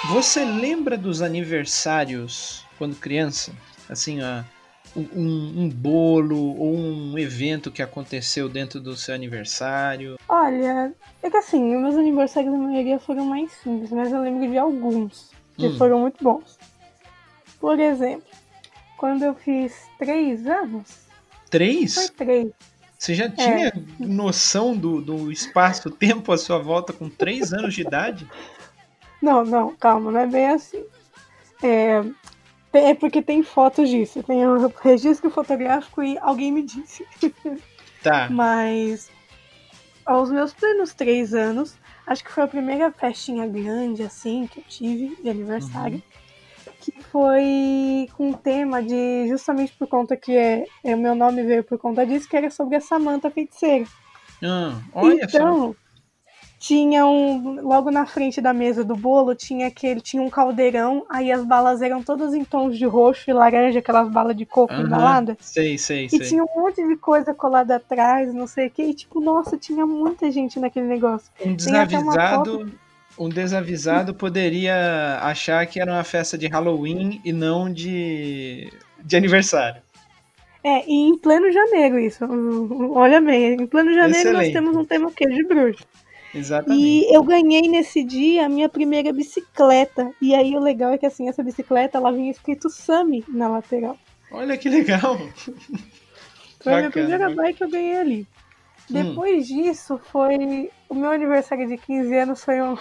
Você lembra dos aniversários quando criança? Assim, um bolo ou um evento que aconteceu dentro do seu aniversário? Olha, é que assim, meus aniversários na maioria foram mais simples, mas eu lembro de alguns que Hum, foram muito bons. Por exemplo, quando eu fiz 3 anos, acho que foi 3? três. Você já É, tinha noção do espaço-tempo à sua volta com 3 anos de idade? não, não, calma, não é bem assim. É, é porque tem fotos disso, tem um registro fotográfico e alguém me disse. Tá. Mas aos meus plenos 3 anos, acho que foi a primeira festinha grande assim que eu tive de aniversário. Uhum. Que foi com um tema de, justamente por conta que o meu nome veio por conta disso, que era sobre a Samantha feiticeira. Olha só. Então, tinha logo na frente da mesa do bolo, tinha um caldeirão, aí as balas eram todas em tons de roxo e laranja, aquelas balas de coco Aham, embalada. sei, sei, E sei. tinha um monte de coisa colada atrás, não sei o que. E tipo, nossa, tinha muita gente naquele negócio. Um Tem até uma foto. desavisado, um desavisado poderia achar que era uma festa de Halloween e não de aniversário. É, e em pleno janeiro isso. Olha bem, em pleno janeiro nós temos Excelente. um tema que é de bruxa. Exatamente. E eu ganhei nesse dia a minha primeira bicicleta. E aí o legal é que assim, essa bicicleta ela vinha escrito Sami na lateral. Olha que legal. Foi a minha Bacana, primeira bacana. bike que eu ganhei ali. Hum, Depois disso foi. O meu aniversário de 15 anos foi um.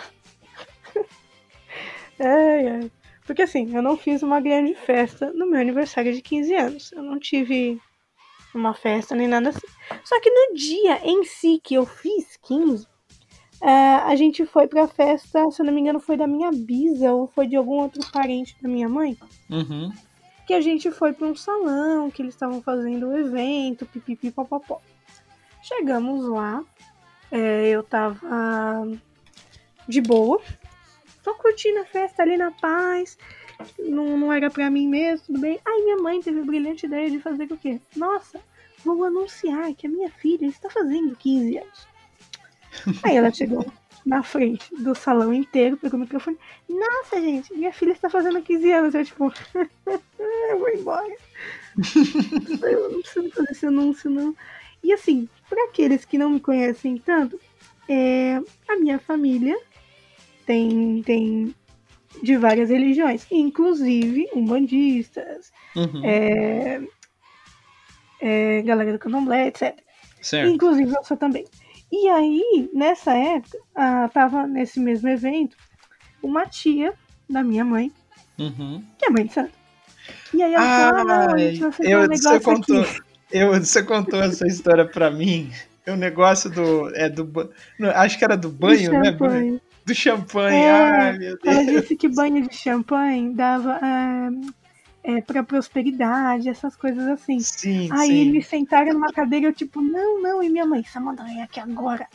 Ai, ai. Porque assim, eu não fiz uma grande festa no meu aniversário de 15 anos. Eu não tive uma festa nem nada assim. Só que no dia em si que eu fiz 15, a gente foi pra festa, se eu não me engano, foi da minha bisa ou foi de algum outro parente da minha mãe. uhum. Que a gente foi para um salão, que eles estavam fazendo o evento, pipipi, popopó. Chegamos lá, eu tava de boa, só curtindo a festa ali na paz, não era pra mim mesmo, tudo bem. Aí minha mãe teve a brilhante ideia de fazer o quê? Nossa, vou anunciar que a minha filha está fazendo 15 anos. Aí ela chegou na frente do salão inteiro, pegou o microfone. Nossa, gente, minha filha está fazendo 15 anos. Eu, tipo, eu vou embora. Eu não preciso fazer esse anúncio, não. E assim, para aqueles que não me conhecem tanto, a minha família tem de várias religiões, inclusive umbandistas, Uhum. é, galera do candomblé, etc. Certo. Inclusive eu sou também. E aí, nessa época, tava nesse mesmo evento uma tia da minha mãe, Uhum. que é mãe de santo. E aí ela falou: ah, não, a gente Ai, vai fazer um negócio aqui você contou essa história pra mim. O negócio não, acho que era do de banho, né? champanhe. Do champanhe. É, Ai, meu ela Deus. disse que banho de champanhe dava para prosperidade, essas coisas assim. Sim, Aí me sim. sentaram numa cadeira, eu tipo, não, não, e minha mãe, Samanta, vem aqui agora.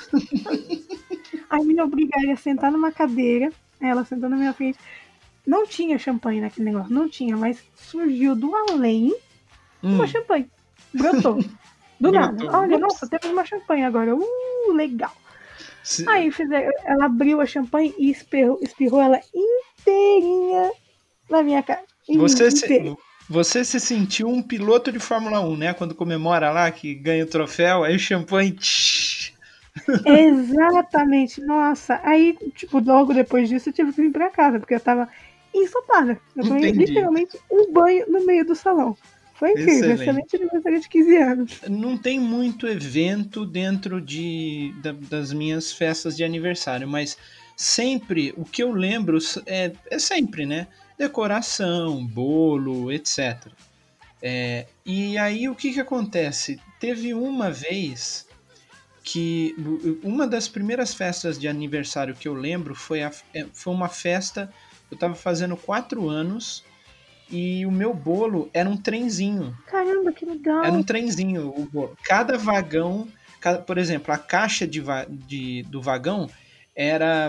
Aí me obrigaram a sentar numa cadeira, ela sentou na minha frente. Não tinha champanhe naquele negócio, não tinha, mas surgiu do além uma Hum, champanhe. Brotou. Do nada. brotou. Olha, nossa, Ups. temos uma champanhe agora. Legal. Se- Aí ela abriu a champanhe e espirrou ela inteirinha na minha cara. Em mim, Você se, inteira. você se sentiu um piloto de Fórmula 1, né? Quando comemora lá, que ganha o troféu, aí o champanhe. Tsh. Exatamente. Nossa. Aí, tipo, logo depois disso eu tive que vir pra casa, porque eu tava ensopada. Eu tomei Entendi. literalmente um banho no meio do salão. Foi incrível, Excelente. excelente aniversário de 15 anos. Não tem muito evento dentro das minhas festas de aniversário, mas sempre o que eu lembro é sempre, né? Decoração, bolo, etc. E aí o que que acontece? Teve uma vez que uma das primeiras festas de aniversário que eu lembro foi uma festa. Eu estava fazendo 4 anos e o meu bolo era um trenzinho. Caramba, que Era um legal. trenzinho o bolo. Cada vagão, por exemplo, a caixa do vagão era,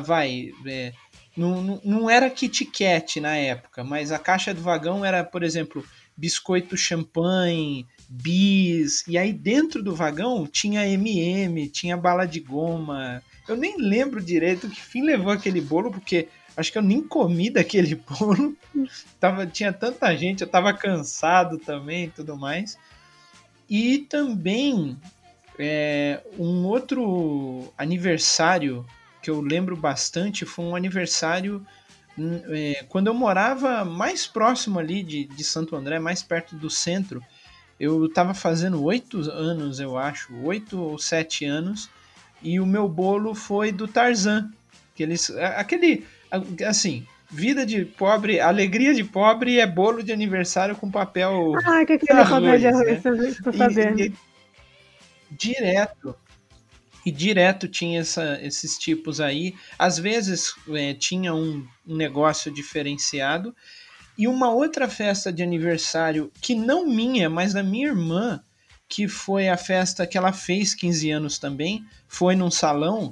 não era Kit Kat na época, mas a caixa do vagão era, por exemplo, biscoito champanhe, bis, e aí dentro do vagão tinha M&M, tinha bala de goma. Eu nem lembro direito que fim levou aquele bolo, porque Acho que eu nem comi daquele bolo. Tinha tanta gente, eu tava cansado também e tudo mais. E também um outro aniversário que eu lembro bastante foi um aniversário quando eu morava mais próximo ali de Santo André, mais perto do centro. Eu tava fazendo 8 anos, eu acho, 8 ou 7 anos, e o meu bolo foi do Tarzan. Assim, vida de pobre, alegria de pobre é bolo de aniversário com papel que aquele papel de arroz, arroz, né? tô sabendo. Direto tinha esses tipos aí. Às vezes tinha um negócio diferenciado. E uma outra festa de aniversário, que não minha, mas da minha irmã, que foi a festa que ela fez 15 anos também, foi num salão.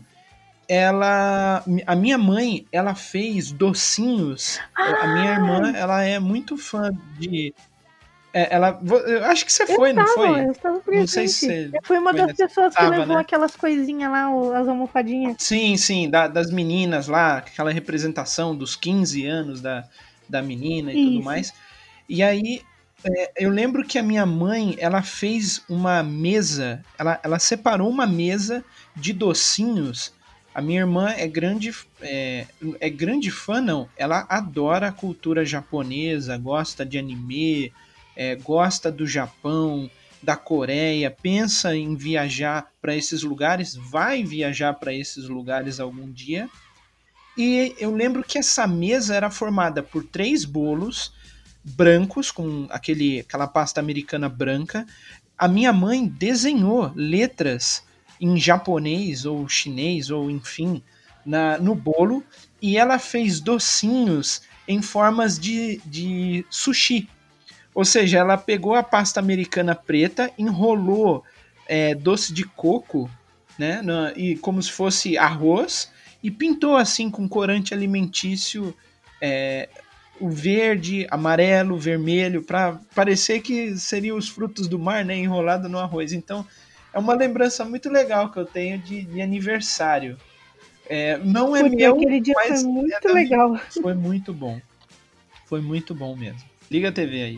A minha mãe, ela fez docinhos. A minha irmã, ela é muito fã de... eu acho que você foi, não foi? Eu estava presente. Não sei se você... Eu fui uma das pessoas que levou, né, aquelas coisinhas lá, as almofadinhas. Sim, das meninas lá, aquela representação dos 15 anos da menina e tudo mais. E aí, eu lembro que a minha mãe, ela fez uma mesa, ela separou uma mesa de docinhos. A minha irmã é grande fã, não. Ela adora a cultura japonesa, gosta de anime, gosta do Japão, da Coreia, pensa em viajar para esses lugares, vai viajar para esses lugares algum dia. E eu lembro que essa mesa era formada por 3 bolos brancos, com aquela pasta americana branca. A minha mãe desenhou letras em japonês ou chinês, ou enfim, no bolo, e ela fez docinhos em formas de sushi. Ou seja, ela pegou a pasta americana preta, enrolou doce de coco, né, e como se fosse arroz, e pintou assim com corante alimentício o verde, amarelo, vermelho, para parecer que seriam os frutos do mar, né, enrolado no arroz. Então, é uma lembrança muito legal que eu tenho de aniversário. Não é Porque meu, aquele dia mas foi muito legal. Foi muito bom. Foi muito bom mesmo. Liga a TV aí.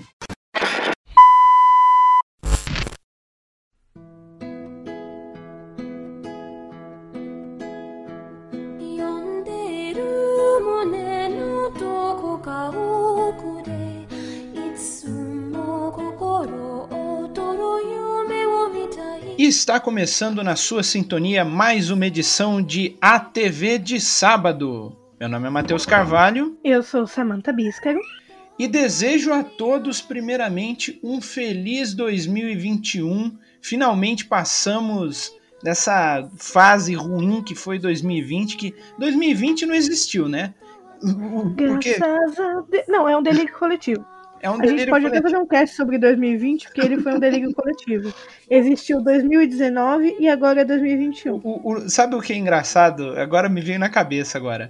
E está começando na sua sintonia mais uma edição de ATV de Sábado. Meu nome é Matheus Carvalho. Eu sou Samantha Bíscaro. E desejo a todos, primeiramente, um feliz 2021. Finalmente passamos dessa fase ruim que foi 2020, que 2020 não existiu, né? Porque... Graças a Deus. Não, é um delírio coletivo. A gente pode até fazer um cast sobre 2020, porque ele foi um delírio coletivo. Existiu 2019 e agora é 2021. Sabe o que é engraçado? Agora me veio na cabeça agora.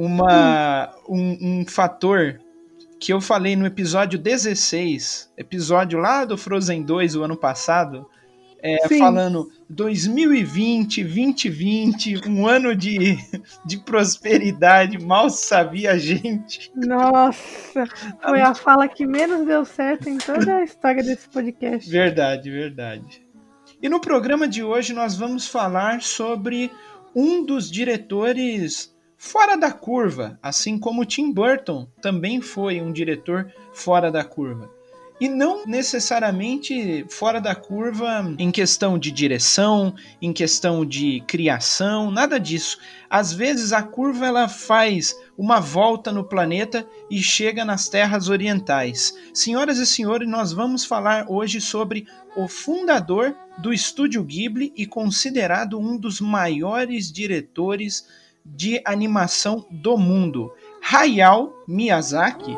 Um fator que eu falei no episódio 16, episódio lá do Frozen 2, o ano passado, falando 2020, 2020, um ano de prosperidade, mal sabia a gente. Nossa, foi a fala que menos deu certo em toda a história desse podcast. Verdade. E no programa de hoje nós vamos falar sobre um dos diretores fora da curva, assim como Tim Burton também foi um diretor fora da curva. E não necessariamente fora da curva em questão de direção, em questão de criação, nada disso. Às vezes a curva ela faz uma volta no planeta e chega nas terras orientais. Senhoras e senhores, nós vamos falar hoje sobre o fundador do Estúdio Ghibli e considerado um dos maiores diretores de animação do mundo, Hayao Miyazaki.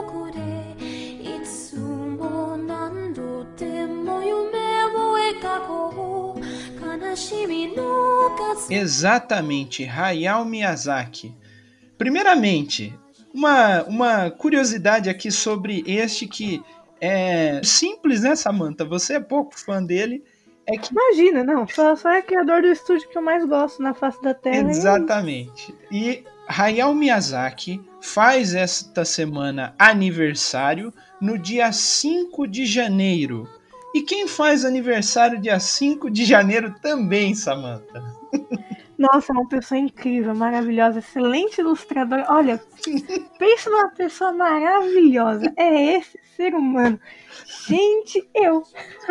Exatamente, Hayao Miyazaki. Primeiramente, uma curiosidade aqui sobre este que é simples, né, Samantha? Você é pouco fã dele. Imagina, não, só é criador do estúdio que eu mais gosto na face da Terra. Exatamente. E Hayao Miyazaki faz esta semana aniversário no dia 5 de janeiro. E quem faz aniversário dia 5 de janeiro também, Samantha? Nossa, uma pessoa incrível, maravilhosa, excelente ilustradora. Olha, pensa numa pessoa maravilhosa. É esse ser humano. Gente, eu.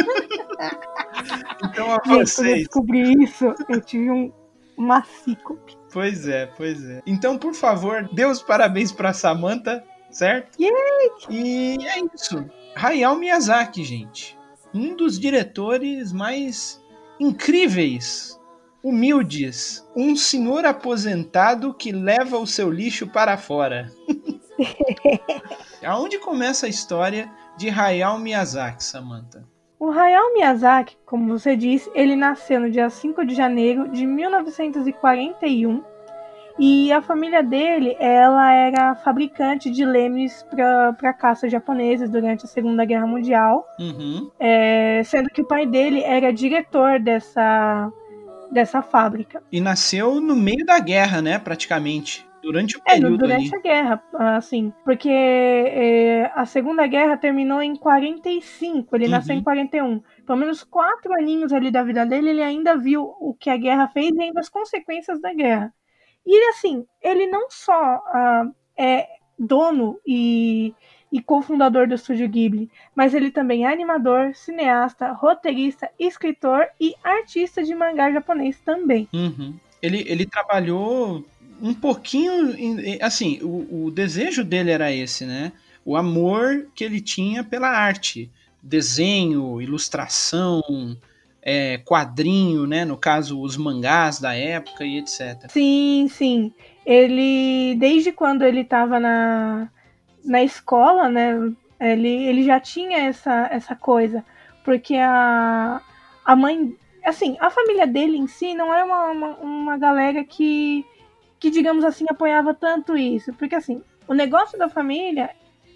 Então a Gente, quando eu vocês. descobri isso, eu tive uma sícope. Pois é, pois é. Então, por favor, dê os parabéns para Samantha, certo? Yay! E é isso. Hayao Miyazaki, gente. Um dos diretores mais incríveis, humildes. Um senhor aposentado que leva o seu lixo para fora. Aonde começa a história de Hayao Miyazaki, Samantha? O Hayao Miyazaki, como você disse, ele nasceu no dia 5 de janeiro de 1941 e a família dele, ela era fabricante de lemes para caça japoneses durante a Segunda Guerra Mundial, sendo que o pai dele era diretor dessa fábrica. E nasceu no meio da guerra, né, praticamente. Durante o período durante ali. a guerra, assim, porque a Segunda Guerra terminou em 45, ele nasceu em 41. Pelo menos 4 aninhos ali da vida dele, ele ainda viu o que a guerra fez e ainda as consequências da guerra. E assim, ele não só é dono e cofundador do Estúdio Ghibli, mas ele também é animador, cineasta, roteirista, escritor e artista de mangá japonês também. Ele trabalhou um pouquinho, assim, o desejo dele era esse, né? O amor que ele tinha pela arte, desenho, ilustração, quadrinho, né? No caso, os mangás da época e etc. Sim, sim. Ele, desde quando ele estava na escola, né? Ele já tinha essa coisa, porque a mãe, assim, a família dele em si não é uma galera que, digamos assim, apoiava tanto isso, porque assim, o negócio da família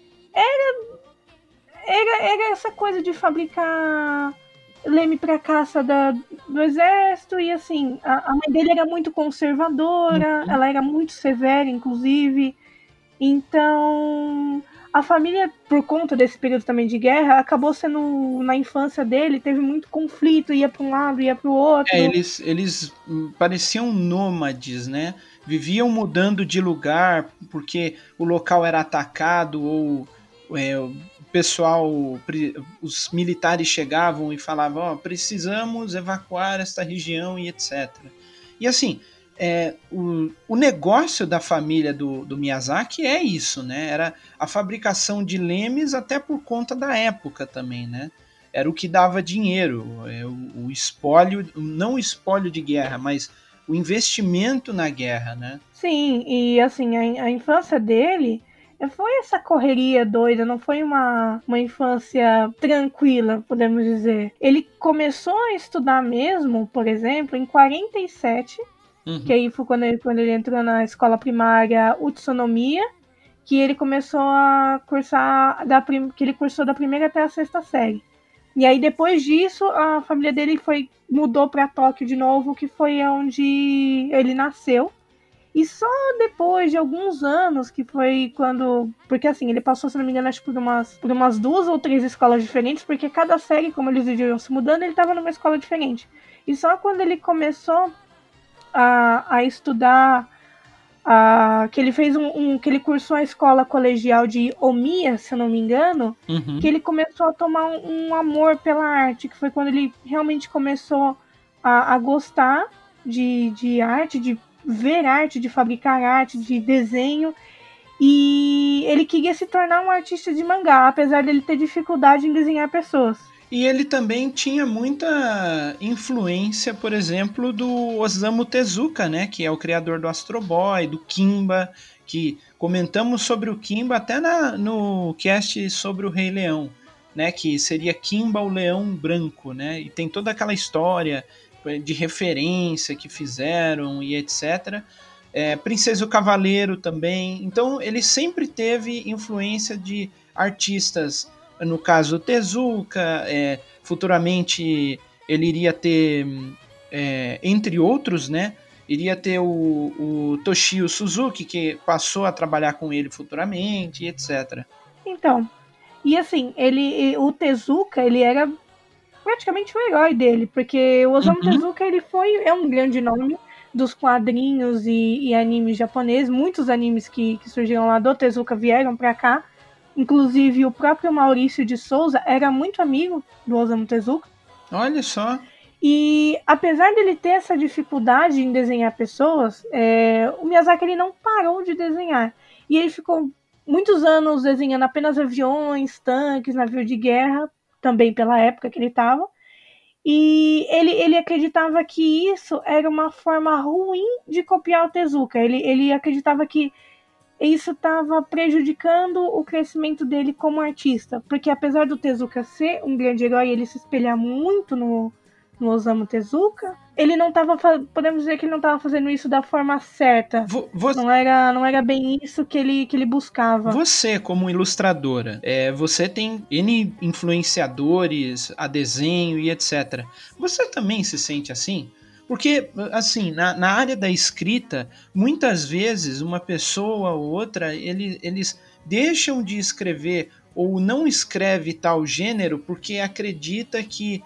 era essa coisa de fabricar leme para caça do exército, e assim, a mãe dele era muito conservadora, ela era muito severa, inclusive. Então, a família, por conta desse período também de guerra, acabou sendo, na infância dele, teve muito conflito, ia para um lado, ia para o outro. Eles pareciam nômades, né? Viviam mudando de lugar porque o local era atacado ou o pessoal, os militares chegavam e falavam, precisamos evacuar esta região e etc. E assim, o negócio da família do Miyazaki é isso, né? Era a fabricação de lemes até por conta da época também, né? Era o que dava dinheiro, o espólio, não o espólio de guerra, mas o investimento na guerra, né? Sim, e assim, a infância dele foi essa correria doida, não foi uma infância tranquila, podemos dizer. Ele começou a estudar mesmo, por exemplo, em 47, que aí foi quando ele entrou na escola primária Utsunomiya, que ele começou a cursar, que ele cursou da primeira até a sexta série. E aí, depois disso, a família dele mudou para Tóquio de novo, que foi onde ele nasceu. E só depois de alguns anos, que foi quando... Porque assim, ele passou, se não me engano, acho por umas 2 ou 3 escolas diferentes, porque cada série, como eles iam se mudando, ele estava numa escola diferente. E só quando ele começou a estudar, que ele fez que ele cursou a escola colegial de Omiya, se eu não me engano, que ele começou a tomar um amor pela arte, que foi quando ele realmente começou a gostar de arte, de ver arte, de fabricar arte, de desenho, e ele queria se tornar um artista de mangá, apesar dele ter dificuldade em desenhar pessoas. E ele também tinha muita influência, por exemplo, do Osamu Tezuka, né, que é o criador do Astro Boy, do Kimba, que comentamos sobre o Kimba até no cast sobre o Rei Leão, né, que seria Kimba o Leão Branco, né, e tem toda aquela história de referência que fizeram e etc. Princesa e o Cavaleiro também. Então ele sempre teve influência de artistas, no caso Tezuka, futuramente ele iria ter, entre outros, né, Iria ter o Toshio Suzuki, que passou a trabalhar com ele futuramente, etc. Então, e assim, o Tezuka, ele era praticamente o herói dele, porque o Osamu Tezuka, ele é um grande nome dos quadrinhos e animes japoneses. Muitos animes que surgiram lá do Tezuka vieram para cá. Inclusive, o próprio Maurício de Souza era muito amigo do Osamu Tezuka. Olha só. E apesar dele ter essa dificuldade em desenhar pessoas, o Miyazaki ele não parou de desenhar. E ele ficou muitos anos desenhando apenas aviões, tanques, navio de guerra, também pela época que ele estava. E ele acreditava que isso era uma forma ruim de copiar o Tezuka. Ele acreditava que isso estava prejudicando o crescimento dele como artista. Porque apesar do Tezuka ser um grande herói e ele se espelhar muito no Osamu Tezuka, ele não estava, podemos dizer que ele não estava fazendo isso da forma certa. Não era bem isso que ele buscava. Você, como ilustradora, você tem N influenciadores a desenho e etc. Você também se sente assim? Porque, assim, na área da escrita, muitas vezes uma pessoa ou outra, eles deixam de escrever ou não escreve tal gênero porque acredita que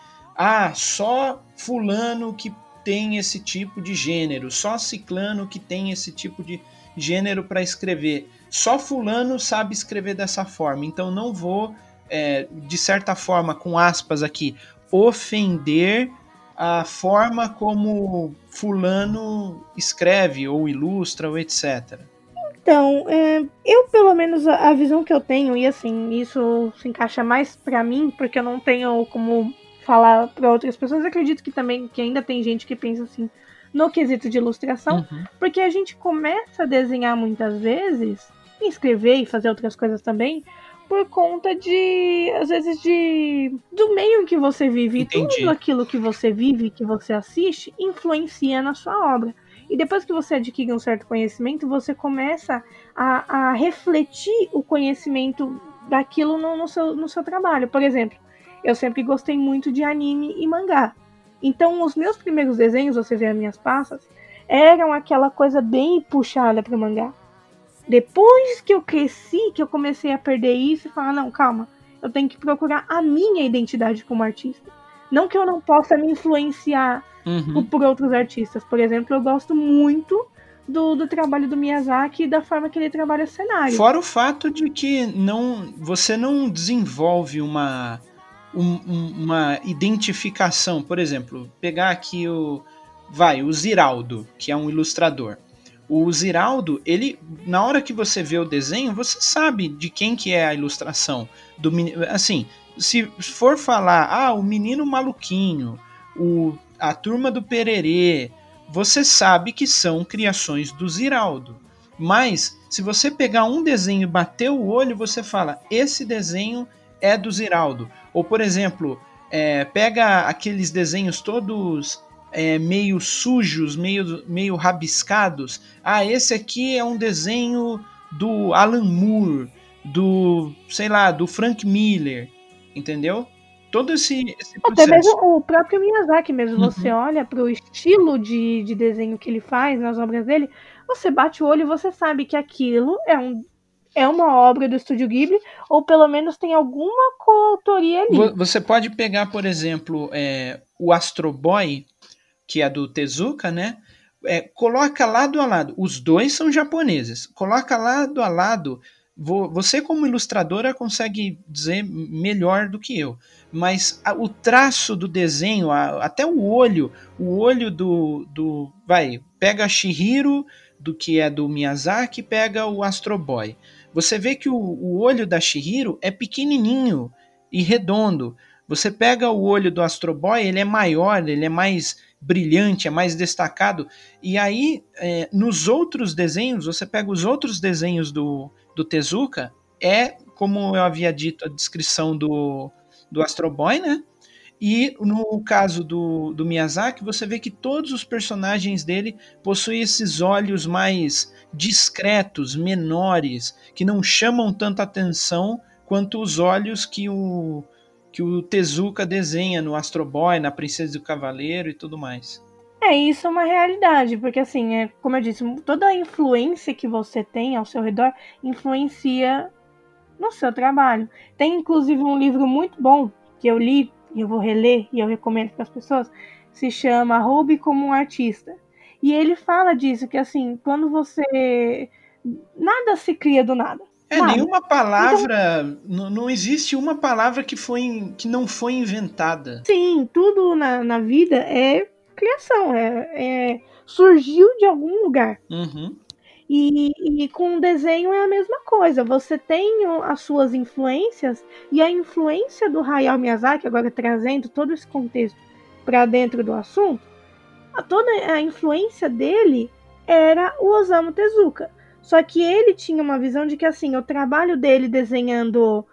só fulano que tem esse tipo de gênero, só ciclano que tem esse tipo de gênero para escrever. Só fulano sabe escrever dessa forma, então não vou, de certa forma, com aspas aqui, ofender a forma como fulano escreve ou ilustra ou etc. Então, eu pelo menos a visão que eu tenho, e assim, isso se encaixa mais para mim, porque eu não tenho como falar para outras pessoas, acredito que também que ainda tem gente que pensa assim no quesito de ilustração, porque a gente começa a desenhar muitas vezes, escrever e fazer outras coisas também, por conta de, às vezes, do meio em que você vive. Entendi. E tudo aquilo que você vive, que você assiste, influencia na sua obra. E depois que você adquire um certo conhecimento, você começa a refletir o conhecimento daquilo no seu trabalho. Por exemplo, eu sempre gostei muito de anime e mangá. Então, os meus primeiros desenhos, você vê as minhas pastas, eram aquela coisa bem puxada para o mangá. Depois que eu cresci, que eu comecei a perder isso e falar, não, calma, eu tenho que procurar a minha identidade como artista. Não que eu não possa me influenciar por outros artistas. Por exemplo, eu gosto muito do trabalho do Miyazaki e da forma que ele trabalha cenário. Fora o fato de que você não desenvolve uma identificação. Por exemplo, pegar aqui o Ziraldo, que é um ilustrador. O Ziraldo, ele, na hora que você vê o desenho, você sabe de quem que é a ilustração. Assim, se for falar, o menino maluquinho, a turma do Pererê, você sabe que são criações do Ziraldo. Mas, se você pegar um desenho e bater o olho, você fala, esse desenho é do Ziraldo. Ou, por exemplo, pega aqueles desenhos todos meio sujos, meio rabiscados. Esse aqui é um desenho do Alan Moore, do Frank Miller, entendeu? Todo esse processo. Até mesmo o próprio Miyazaki mesmo, você olha para o estilo de desenho que ele faz nas obras dele, você bate o olho e você sabe que aquilo é uma obra do Estúdio Ghibli, ou pelo menos tem alguma coautoria ali. Você pode pegar, por exemplo, o Astro Boy, que é do Tezuka, né? Coloca lado a lado. Os dois são japoneses. Coloca lado a lado. Você, como ilustradora, consegue dizer melhor do que eu. Mas o traço do desenho, até o olho pega a Chihiro, do que é do Miyazaki, pega o Astro Boy. Você vê que o olho da Chihiro é pequenininho e redondo. Você pega o olho do Astro Boy, ele é maior, ele é mais brilhante, é mais destacado. E aí, nos outros desenhos, você pega os outros desenhos do Tezuka, como eu havia dito, a descrição do Astro Boy, né? E no caso do Miyazaki, você vê que todos os personagens dele possuem esses olhos mais discretos, menores, que não chamam tanta atenção quanto os olhos que o Tezuka desenha no Astro Boy, na Princesa e o Cavaleiro e tudo mais. É isso, é uma realidade, porque assim, como eu disse, toda a influência que você tem ao seu redor influencia no seu trabalho. Tem inclusive um livro muito bom que eu li e eu vou reler e eu recomendo para as pessoas, se chama Roube como um Artista. E ele fala disso, que assim, quando você nada se cria do nada. Nada. Nenhuma Então, palavra, não existe uma palavra que não foi inventada. sim, tudo na vida é criação, surgiu de algum lugar. Uhum. E com o desenho é a mesma coisa. Você tem as suas influências e a influência do Hayao Miyazaki, agora trazendo todo esse contexto para dentro do assunto, toda a influência dele era o Osamu Tezuka. Só que ele tinha uma visão de que assim, o trabalho dele desenhando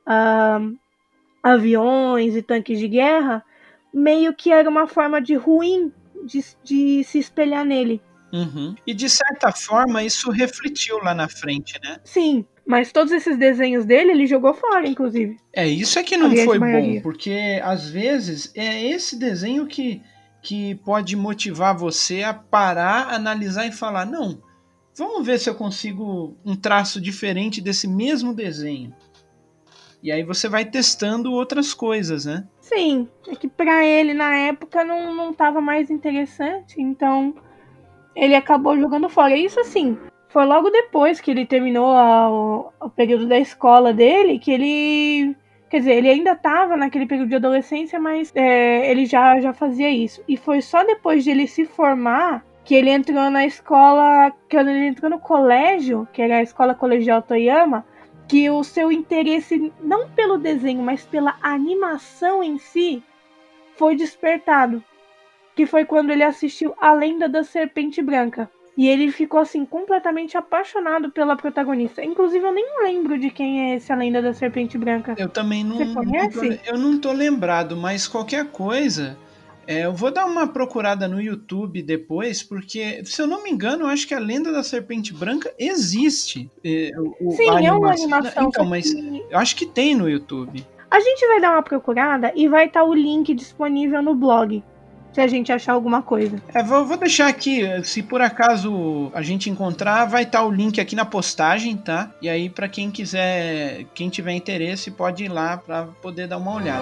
aviões e tanques de guerra meio que era uma forma de ruim de se espelhar nele. Uhum. E de certa forma isso refletiu lá na frente, né? Sim, mas todos esses desenhos dele ele jogou fora, inclusive. Isso é que A não grande foi bom, maioria. porque às vezes é esse desenho que pode motivar você a parar, analisar e falar: não, vamos ver se eu consigo um traço diferente desse mesmo desenho. E aí você vai testando outras coisas, né? Sim, é que pra ele na época não tava mais interessante, então ele acabou jogando fora. Isso assim, foi logo depois que ele terminou o período da escola dele, que ele. Quer dizer, ele ainda estava naquele período de adolescência, mas ele já fazia isso. E foi só depois de ele se formar que ele entrou na escola, que ele entrou no colégio, que era a Escola Colegial Toyama, que o seu interesse, não pelo desenho, mas pela animação em si, foi despertado. Que foi quando ele assistiu A Lenda da Serpente Branca. E ele ficou, assim, completamente apaixonado pela protagonista. Inclusive, eu nem lembro de quem é esse A Lenda da Serpente Branca. Eu também Você conhece? eu não tô lembrado, mas qualquer coisa, eu vou dar uma procurada no YouTube depois, porque, se eu não me engano, eu acho que a Lenda da Serpente Branca existe, a Sim, é uma animação. animação, Então, só mas que eu acho que tem no YouTube. a gente vai dar uma procurada e vai estar o link disponível no blog, se a gente achar alguma coisa. Vou deixar aqui, se por acaso a gente encontrar, vai estar o link aqui na postagem, tá? E aí, para quem quiser, quem tiver interesse, pode ir lá para poder dar uma olhada.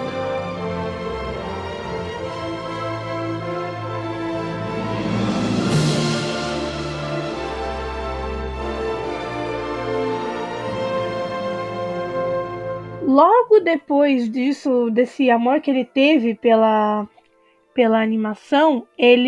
Logo depois disso, desse amor que ele teve pela animação,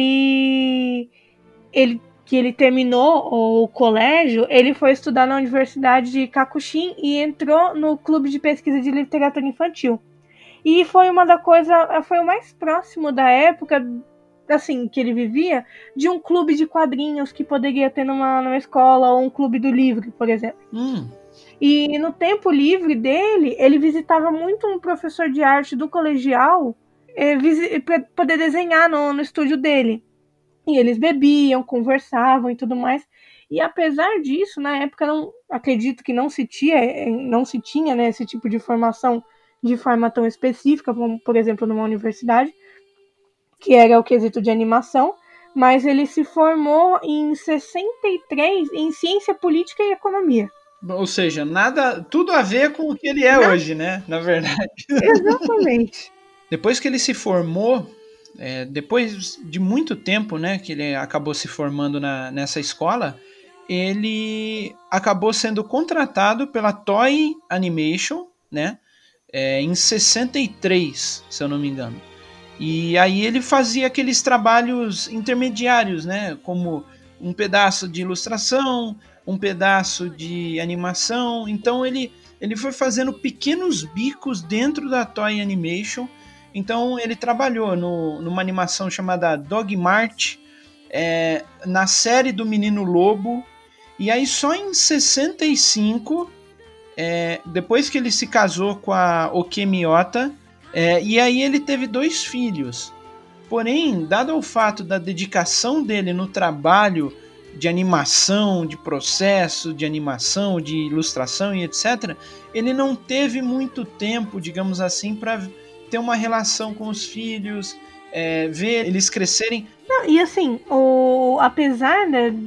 que ele terminou o colégio, ele foi estudar na Universidade de Kakushin e entrou no Clube de Pesquisa de Literatura Infantil. E foi foi o mais próximo da época, assim, que ele vivia, de um clube de quadrinhos que poderia ter numa escola, ou um clube do livro, por exemplo. E no tempo livre dele, ele visitava muito um professor de arte do colegial para poder desenhar no estúdio dele. E eles bebiam, conversavam e tudo mais. E apesar disso, na época, acredito que não se tinha, né, esse tipo de formação de forma tão específica, como, por exemplo, numa universidade, que era o quesito de animação, mas ele se formou em 63 em Ciência Política e Economia. Ou seja, tudo a ver com o que ele é hoje, né? Na verdade. Exatamente. Depois que ele se formou, depois de muito tempo, né, que ele acabou se formando nessa escola, ele acabou sendo contratado pela Toei Animation, né, em 63, se eu não me engano. E aí ele fazia aqueles trabalhos intermediários, né, como um pedaço de ilustração, um pedaço de animação. Então ele foi fazendo pequenos bicos dentro da Toei Animation. Então ele trabalhou numa animação chamada Dog Mart, na série do Menino Lobo. E aí só em 65, depois que ele se casou com a Okemiota, e aí ele teve 2 filhos. Porém, dado o fato da dedicação dele no trabalho de animação, de processo, de animação, de ilustração e etc., ele não teve muito tempo, digamos assim, para ter uma relação com os filhos, ver eles crescerem. E assim, apesar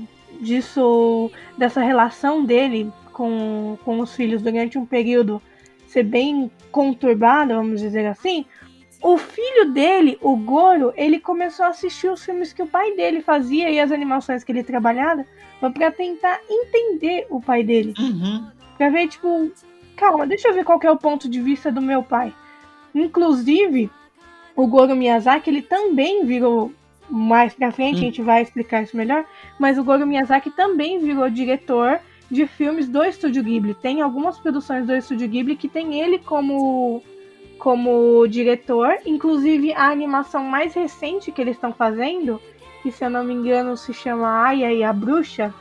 dessa relação dele com os filhos durante um período ser bem conturbada, vamos dizer assim, o filho dele, o Goro, ele começou a assistir os filmes que o pai dele fazia e as animações que ele trabalhava pra tentar entender o pai dele. Uhum. Pra ver, tipo, calma, deixa eu ver qual que é o ponto de vista do meu pai. Inclusive, o Goro Miyazaki, ele também virou, mais pra frente, a gente vai explicar isso melhor, mas o Goro Miyazaki também virou diretor de filmes do Estúdio Ghibli. Tem algumas produções do Estúdio Ghibli que tem ele como diretor, inclusive a animação mais recente que eles estão fazendo, que se eu não me engano se chama Aya e a Bruxa,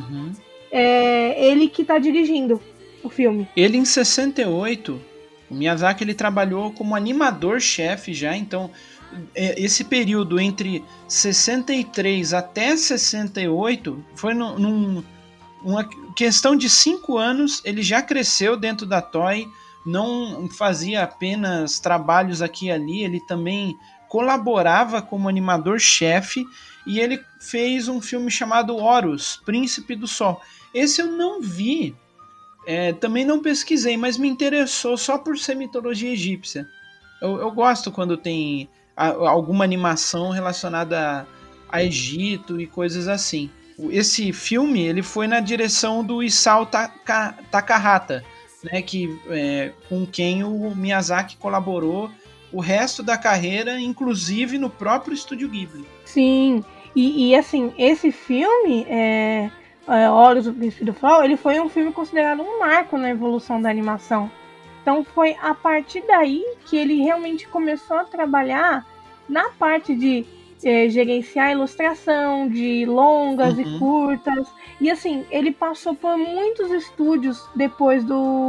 é ele que tá dirigindo o filme. Ele em 68, o Miyazaki ele trabalhou como animador-chefe já, então esse período entre 63 até 68 foi uma questão de 5 anos, ele já cresceu dentro da Toei, não fazia apenas trabalhos aqui e ali, ele também colaborava como animador-chefe e ele fez um filme chamado Horus, Príncipe do Sol. Esse eu não vi, também não pesquisei, mas me interessou só por ser mitologia egípcia. Eu gosto quando tem alguma animação relacionada a Egito e coisas assim. Esse filme ele foi na direção do Isao Takahata, né, com quem o Miyazaki colaborou o resto da carreira, inclusive no próprio Estúdio Ghibli. Sim, e assim, esse filme, Horus, o Príncipe do Sol, ele foi um filme considerado um marco na evolução da animação. Então foi a partir daí que ele realmente começou a trabalhar na parte de gerenciar a ilustração de longas e curtas. E assim, ele passou por muitos estúdios depois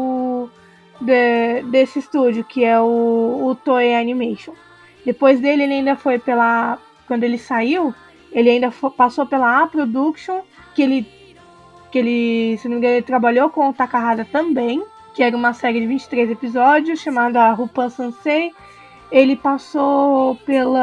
desse estúdio, que é o Toei Animation. Depois dele, ele ainda foi quando ele saiu, ele ainda passou pela A-Production, que ele, se não me engano, ele trabalhou com o Takahata também, que era uma série de 23 episódios, chamada Rupan Sansei. Ele passou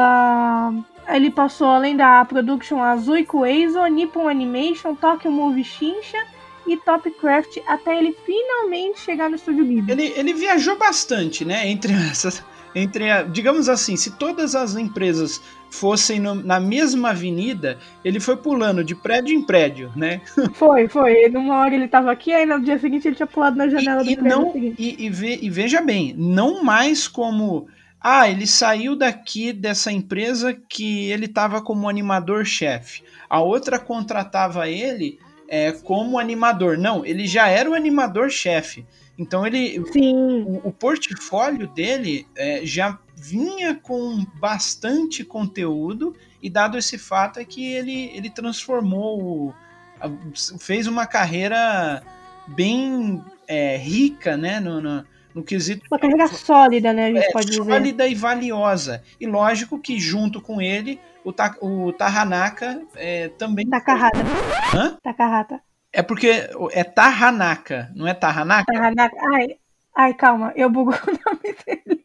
além da Production Azuiko Eizo, Nippon Animation, Tokyo Movie Shinsha e Topcraft, até ele finalmente chegar no Estúdio Ghibli. Ele viajou bastante, né, digamos assim, se todas as empresas fossem na mesma avenida, ele foi pulando de prédio em prédio, né? Foi. Numa hora ele tava aqui, aí no dia seguinte ele tinha pulado na janela do prédio seguinte. E veja bem, não mais como... ele saiu dessa empresa que ele estava como animador-chefe. A outra contratava ele como animador. Não, ele já era o animador-chefe. Então o portfólio dele já vinha com bastante conteúdo, e dado esse fato é que ele transformou, fez uma carreira bem rica, né, no quesito... Uma carreira sólida, né, a gente pode dizer. Sólida e valiosa. E lógico que junto com ele, o Tahanaka também... Takahata. Hã? Takahata. É porque é Tahanaka, não é Tahanaka? Tahanaka. Ai, calma, eu bugo o nome dele.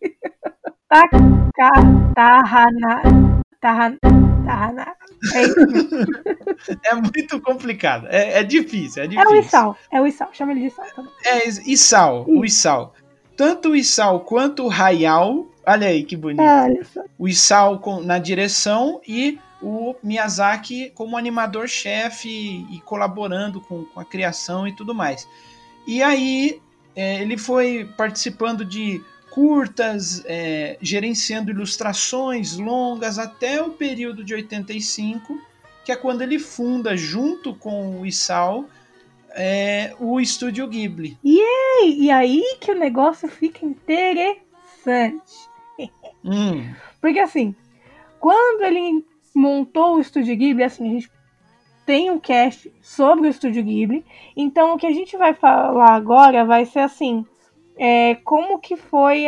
Tahanaka. É isso mesmo. É muito complicado, é difícil. É o Isao, chama ele de Isao. Tá? O Isao. Tanto o Isao quanto o Hayao, olha aí que bonito. O Isao na direção e o Miyazaki como animador-chefe e colaborando com a criação e tudo mais. E aí ele foi participando de curtas, gerenciando ilustrações longas até o período de 85, que é quando ele funda, junto com o Isao, o Estúdio Ghibli. E aí que o negócio fica interessante. Porque assim, quando ele montou o Estúdio Ghibli, assim, a gente tem um cast sobre o Estúdio Ghibli, então o que a gente vai falar agora vai ser assim, como que foi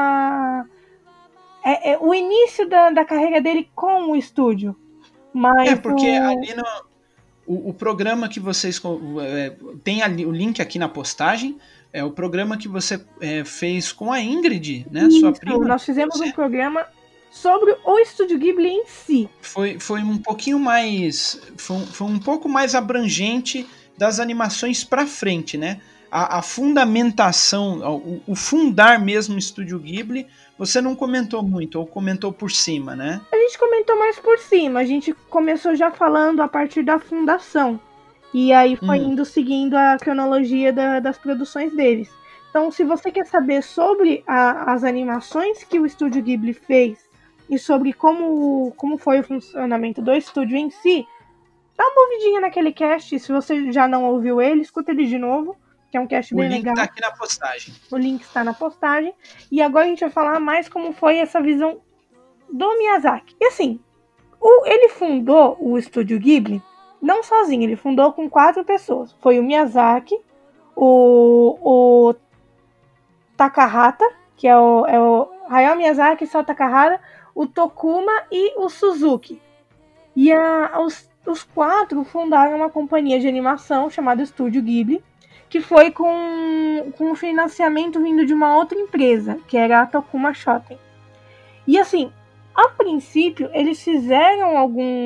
o início da carreira dele com o estúdio. Mas porque ali o programa que vocês... tem ali o link aqui na postagem, é o programa que você fez com a Ingrid, né? Isso, sua prima. Nós fizemos um programa sobre o Estúdio Ghibli em si. Foi um pouquinho mais... Foi um pouco mais abrangente das animações pra frente, né? A fundamentação, o fundar mesmo o Estúdio Ghibli, você não comentou muito, ou comentou por cima, né? A gente comentou mais por cima, a gente começou já falando a partir da fundação. E aí foi indo seguindo a cronologia das produções deles. Então, se você quer saber sobre as animações que o Estúdio Ghibli fez e sobre como foi o funcionamento do estúdio em si, dá uma ouvidinha naquele cast. Se você já não ouviu ele, escuta ele de novo, que é um cast bem legal. O link tá aqui na postagem. O link está na postagem. E agora a gente vai falar mais como foi essa visão do Miyazaki. E assim, ele fundou o Estúdio Ghibli não sozinho, ele fundou com 4 pessoas. Foi o Miyazaki, o Takahata, que é o Hayao Miyazaki, Isao Takahata, o Tokuma e o Suzuki. E os 4 fundaram uma companhia de animação chamada Estúdio Ghibli, que foi com financiamento vindo de uma outra empresa, que era a Tokuma Shoten. E assim, a princípio, eles fizeram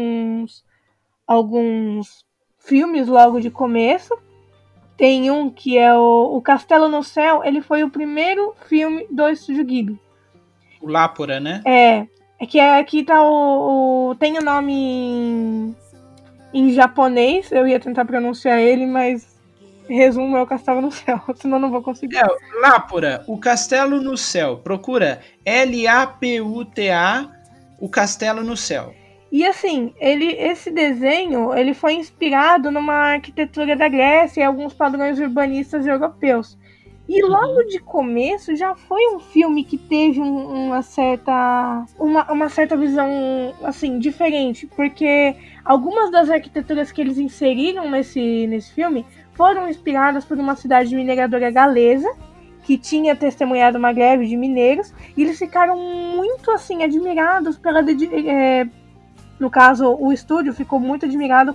alguns filmes logo de começo. Tem um que é o Castelo no Céu, ele foi o primeiro filme do Estúdio Ghibli. O Lápora, né? É que aqui tá tem o nome em japonês, eu ia tentar pronunciar ele, mas resumo é o Castelo no Céu, senão não vou conseguir. Lápora, o Castelo no Céu. Procura Laputa, o Castelo no Céu. E assim, esse desenho ele foi inspirado numa arquitetura da Grécia e alguns padrões urbanistas europeus. E logo de começo já foi um filme que teve uma certa visão assim diferente, porque algumas das arquiteturas que eles inseriram nesse filme foram inspiradas por uma cidade mineradora galesa que tinha testemunhado uma greve de mineiros, e eles ficaram muito assim admirados no caso, o estúdio ficou muito admirado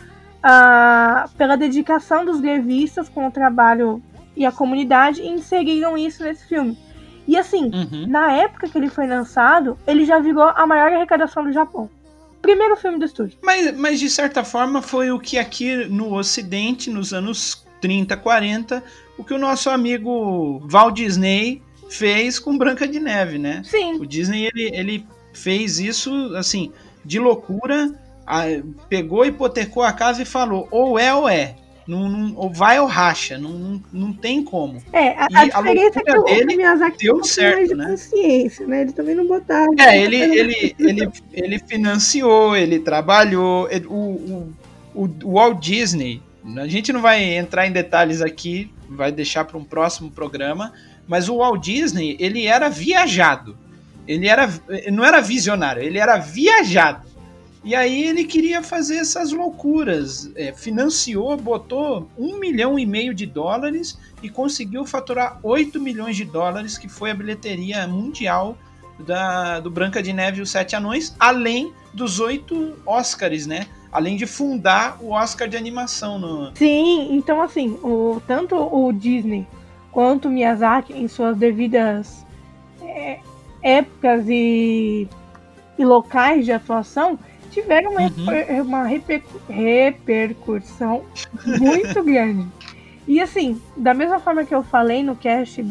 pela dedicação dos grevistas com o trabalho e a comunidade, e inseriram isso nesse filme. E assim, na época que ele foi lançado, ele já virou a maior arrecadação do Japão. Primeiro filme do estúdio. Mas de certa forma foi o que aqui no Ocidente, nos anos 30, 40, o que o nosso amigo Walt Disney fez com Branca de Neve, né? Sim. O Disney, ele fez isso, assim, de loucura, pegou, hipotecou a casa e falou, ou é, ou vai ou racha, não tem como. A diferença é que o Miyazaki deu certo, né? Consciência, né? Ele também não botava. Ele financiou, ele trabalhou, o Walt Disney, a gente não vai entrar em detalhes aqui, vai deixar para um próximo programa, mas o Walt Disney, ele era viajado. Ele não era visionário, ele era viajado. E aí ele queria fazer essas loucuras. Financiou, botou $1,5 milhão e conseguiu faturar $8 milhões, que foi a bilheteria mundial do Branca de Neve e os 7 Anões, além dos 8 Oscars, né? Além de fundar o Oscar de animação. Sim, então assim, tanto o Disney quanto o Miyazaki, em suas devidas épocas e locais de atuação, tiveram uma repercussão muito grande. E assim, da mesma forma que eu falei no cast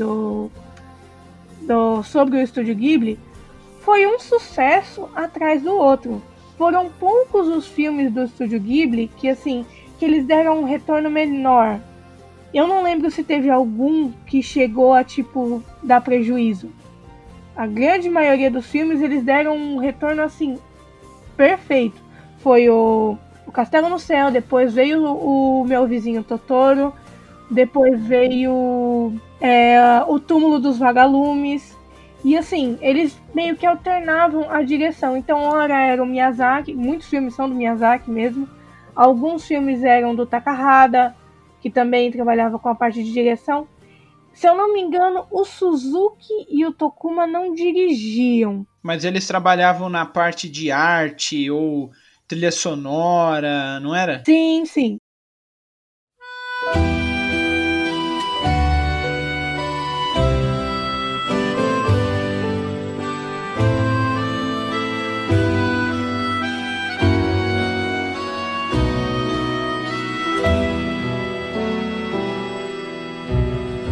sobre o Estúdio Ghibli, foi um sucesso atrás do outro. Foram poucos os filmes do Estúdio Ghibli que eles deram um retorno menor. Eu não lembro se teve algum que chegou a dar prejuízo. A grande maioria dos filmes, eles deram um retorno, perfeito. Foi o Castelo no Céu, depois veio o Meu Vizinho Totoro, depois veio o Túmulo dos Vagalumes. E eles meio que alternavam a direção. Então, ora era o Miyazaki, muitos filmes são do Miyazaki mesmo. Alguns filmes eram do Takahata, que também trabalhava com a parte de direção. Se eu não me engano, o Suzuki e o Tokuma não dirigiam. Mas eles trabalhavam na parte de arte ou trilha sonora, não era? Sim, sim.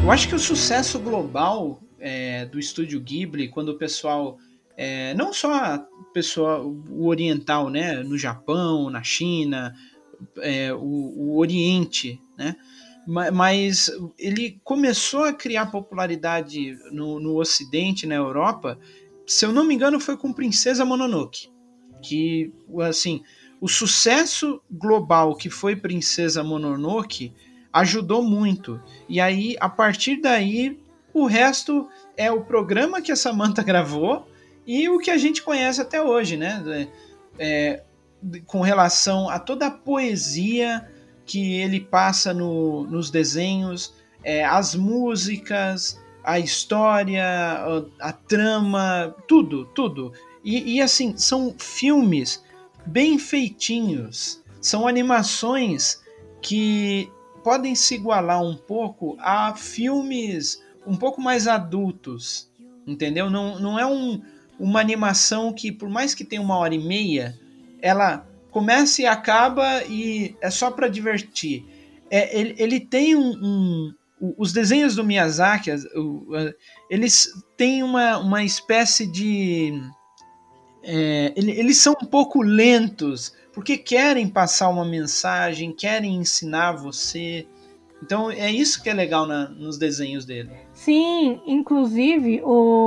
Eu acho que o sucesso global do Estúdio Ghibli, quando o pessoal, não só o pessoal, o oriental, né, no Japão, na China, o Oriente, né, mas ele começou a criar popularidade no Ocidente, na Europa, se eu não me engano, foi com Princesa Mononoke, que, assim, o sucesso global que foi Princesa Mononoke ajudou muito. E aí, a partir daí, o resto é o programa que a Samantha gravou e o que a gente conhece até hoje, né? Com relação a toda a poesia que ele passa nos desenhos, as músicas, a história, a trama, tudo, tudo. E assim, são filmes bem feitinhos, são animações que podem se igualar um pouco a filmes um pouco mais adultos, entendeu? Não é uma animação que, por mais que tenha 1h30, ela começa e acaba e é só para divertir. Ele tem os desenhos do Miyazaki, eles têm uma espécie de... eles são um pouco lentos, porque querem passar uma mensagem, querem ensinar você. Então é isso que é legal nos desenhos dele. Sim, inclusive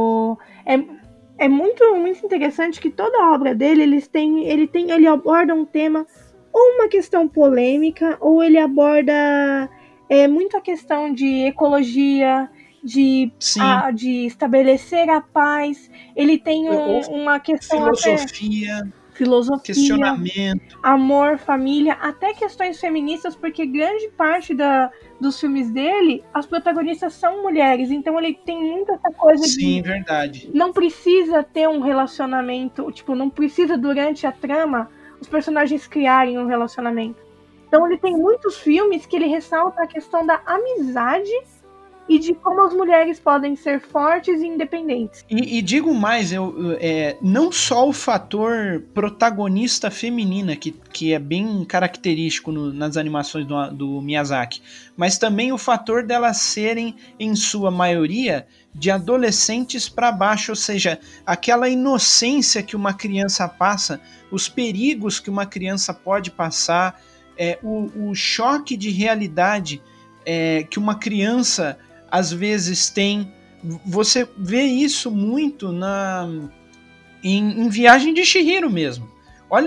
é muito, muito interessante que toda a obra dele ele aborda um tema ou uma questão polêmica, ou ele aborda muito a questão de ecologia, de estabelecer a paz. Ele tem uma questão filosofia, até filosofia, questionamento, amor, família, até questões feministas, porque grande parte dos filmes dele, as protagonistas são mulheres, então ele tem muito essa coisa sim, verdade. Não precisa ter um relacionamento, tipo, não precisa durante a trama os personagens criarem um relacionamento. Então ele tem muitos filmes que ele ressalta a questão da amizade e de como as mulheres podem ser fortes e independentes. E digo mais, não só o fator protagonista feminina, que é bem característico nas animações do Miyazaki, mas também o fator delas serem, em sua maioria, de adolescentes para baixo, ou seja, aquela inocência que uma criança passa, os perigos que uma criança pode passar, o choque de realidade que uma criança às vezes tem. Você vê isso muito em Viagem de Chihiro mesmo. Olha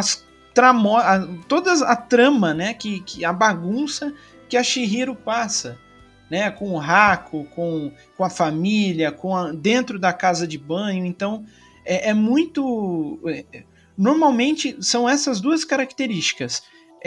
toda a trama, né, que a bagunça que a Chihiro passa, né, com o Hako, com a família, dentro da casa de banho. Então muito... normalmente são essas duas características.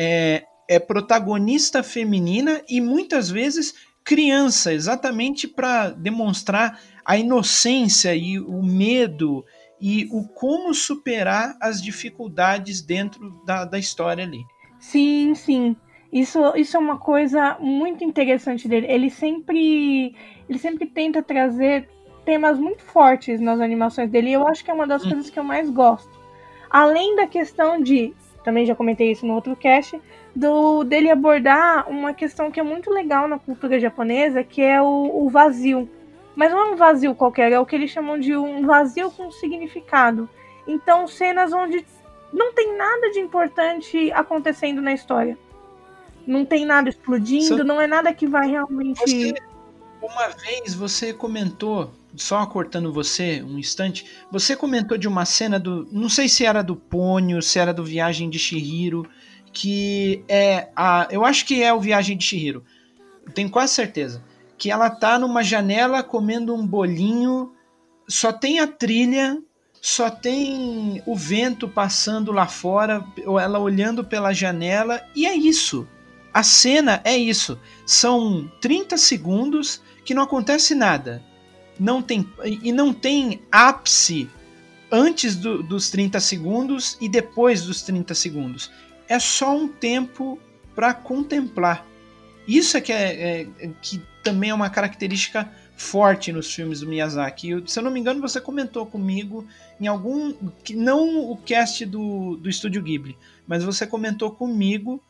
Protagonista feminina e muitas vezes criança, exatamente para demonstrar a inocência e o medo e o como superar as dificuldades dentro da história ali. Sim, sim. Isso é uma coisa muito interessante dele. Ele sempre tenta trazer temas muito fortes nas animações dele. E eu acho que é uma das coisas que eu mais gosto. Além da questão de, também já comentei isso no outro cast, dele abordar uma questão que é muito legal na cultura japonesa, que é o vazio. Mas não é um vazio qualquer, é o que eles chamam de um vazio com significado. Então, cenas onde não tem nada de importante acontecendo na história. Não tem nada explodindo, não é nada que vai realmente... Uma vez você comentou, só cortando você um instante, você comentou de uma cena não sei se era do Ponyo, se era do Viagem de Chihiro, que eu acho que é o Viagem de Chihiro, tenho quase certeza, que ela tá numa janela comendo um bolinho, só tem a trilha, só tem o vento passando lá fora, ela olhando pela janela, e é isso. A cena é isso. São 30 segundos que não acontece nada. Não tem ápice antes dos 30 segundos e depois dos 30 segundos. É só um tempo para contemplar. Isso que também é uma característica forte nos filmes do Miyazaki. Se eu não me engano, você comentou comigo em não o cast do Estúdio Ghibli, mas você comentou comigo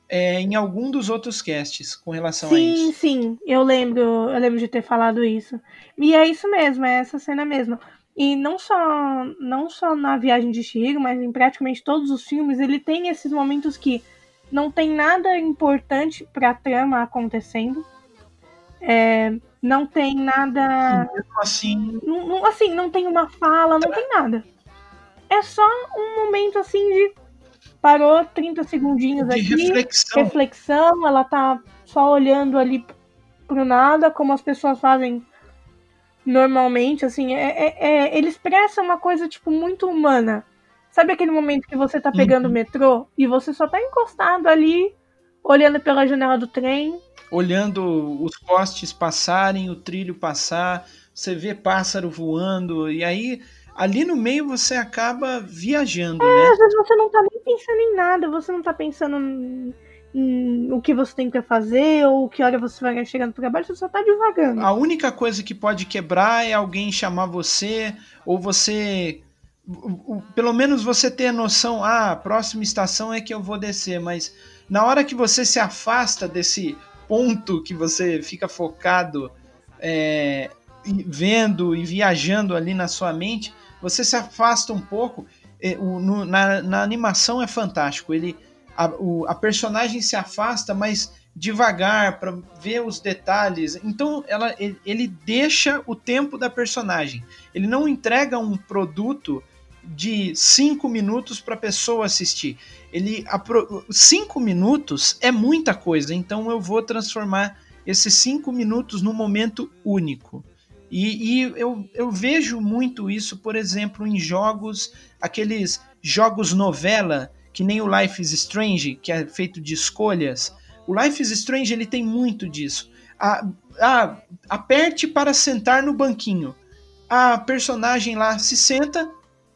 em algum dos outros casts com relação a Sim, isso. sim, eu lembro de ter falado isso. E é isso mesmo, é essa cena mesmo. E não só na Viagem de Chihiro, mas em praticamente todos os filmes, ele tem esses momentos que não tem nada importante pra trama acontecendo. Não tem E nada. mesmo assim, Assim, não tem uma fala, não tem nada. É só um momento assim de parou 30 segundinhos de aqui, reflexão. reflexão, ela tá só olhando ali pro nada, como as pessoas fazem normalmente, assim, ele expressa uma coisa, tipo, muito humana. Sabe aquele momento que você tá pegando o Uhum. metrô e você só tá encostado ali, olhando pela janela do trem? Olhando os postes passarem, o trilho passar, você vê pássaro voando, e aí ali no meio você acaba viajando, né? Às vezes você não tá nem pensando em nada, você não tá pensando em o que você tem que fazer, ou que hora você vai chegar no trabalho, você só tá devagando. A única coisa que pode quebrar é alguém chamar você, ou você. Pelo menos você ter a noção, a próxima estação é que eu vou descer, mas na hora que você se afasta desse ponto que você fica focado, vendo e viajando ali na sua mente, você se afasta um pouco. Na animação é fantástico. A personagem se afasta, mas devagar para ver os detalhes. Então ele deixa o tempo da personagem. Ele não entrega um produto de 5 minutos para a pessoa assistir. 5 minutos é muita coisa, então eu vou transformar esses 5 minutos num momento único. E eu vejo muito isso, por exemplo, em jogos, aqueles jogos novela, que nem o Life is Strange, que é feito de escolhas. O Life is Strange ele tem muito disso. Aperte para sentar no banquinho. A personagem lá se senta,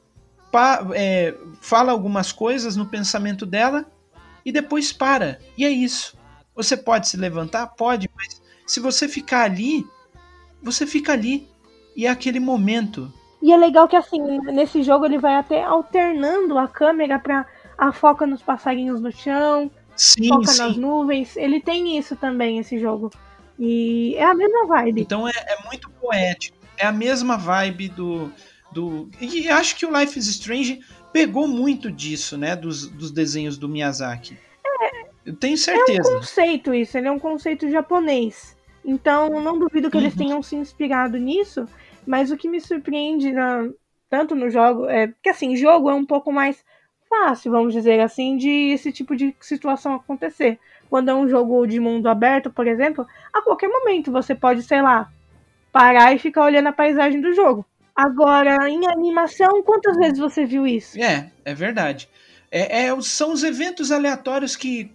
fala algumas coisas no pensamento dela e depois para. E é isso. Você pode se levantar? Pode, mas se você ficar ali, você fica ali. E é aquele momento. E é legal que, assim, nesse jogo ele vai até alternando a câmera pra a foca nos passarinhos no chão, Sim, foca nas sim. nuvens. Ele tem isso também, esse jogo. E é a mesma vibe. Então é muito poético. É a mesma vibe do. E acho que o Life is Strange pegou muito disso, né? Dos desenhos do Miyazaki. Eu tenho É um certeza. conceito isso, ele é um conceito japonês. Então, não duvido que eles Uhum. tenham se inspirado nisso, mas o que me surpreende tanto no jogo é porque, assim, jogo é um pouco mais fácil, vamos dizer assim, de esse tipo de situação acontecer. Quando é um jogo de mundo aberto, por exemplo, a qualquer momento você pode, sei lá, parar e ficar olhando a paisagem do jogo. Agora, em animação, quantas vezes você viu isso? É verdade. São os eventos aleatórios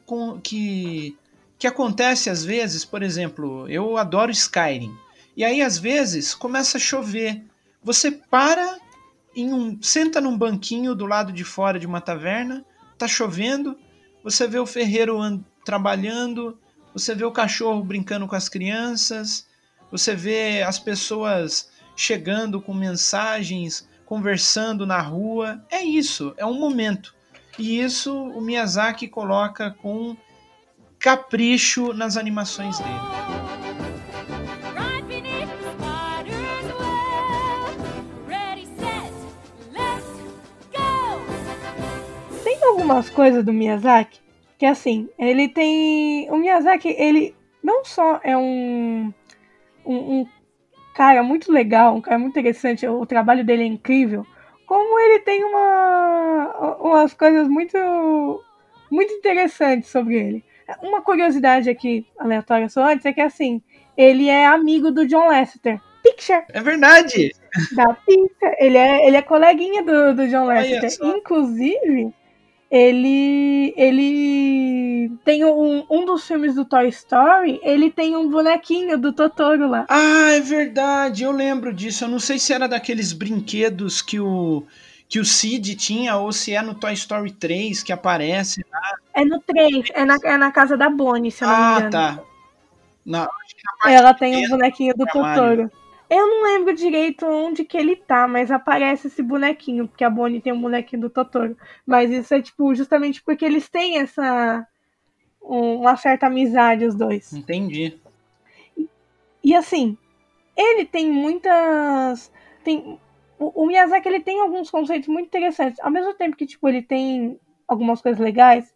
que acontecem às vezes. Por exemplo, eu adoro Skyrim. E aí, às vezes, começa a chover. Você para senta num banquinho do lado de fora de uma taverna, tá chovendo, você vê o ferreiro trabalhando, você vê o cachorro brincando com as crianças, você vê as pessoas chegando com mensagens, conversando na rua. É isso, é um momento. E isso o Miyazaki coloca com capricho nas animações dele. Tem algumas coisas do Miyazaki que, assim, ele tem. O Miyazaki, ele não só é um cara muito legal, um cara muito interessante, o trabalho dele é incrível, como ele tem umas coisas muito interessantes sobre ele. Uma curiosidade aqui, aleatória só antes, é que, assim, ele é amigo do John Lasseter. Picture! É verdade! Da Pixar. Ele é coleguinha do John Olha Lasseter. só. Inclusive, ele tem um dos filmes do Toy Story, ele tem um bonequinho do Totoro lá. Ah, é verdade, eu lembro disso. Eu não sei se era daqueles brinquedos que o Sid tinha ou se é no Toy Story 3 que aparece. É no 3, é na casa da Bonnie, se eu não me Ah, engano. tá. Acho que na parte Ela de tem um dentro bonequinho do do armário. Totoro. Eu não lembro direito onde que ele tá, mas aparece esse bonequinho, porque a Bonnie tem um bonequinho do Totoro. Mas isso é, tipo, justamente porque eles têm uma certa amizade, os dois. Entendi. E assim, ele tem muitas... O Miyazaki, ele tem alguns conceitos muito interessantes. Ao mesmo tempo que, tipo, ele tem algumas coisas legais,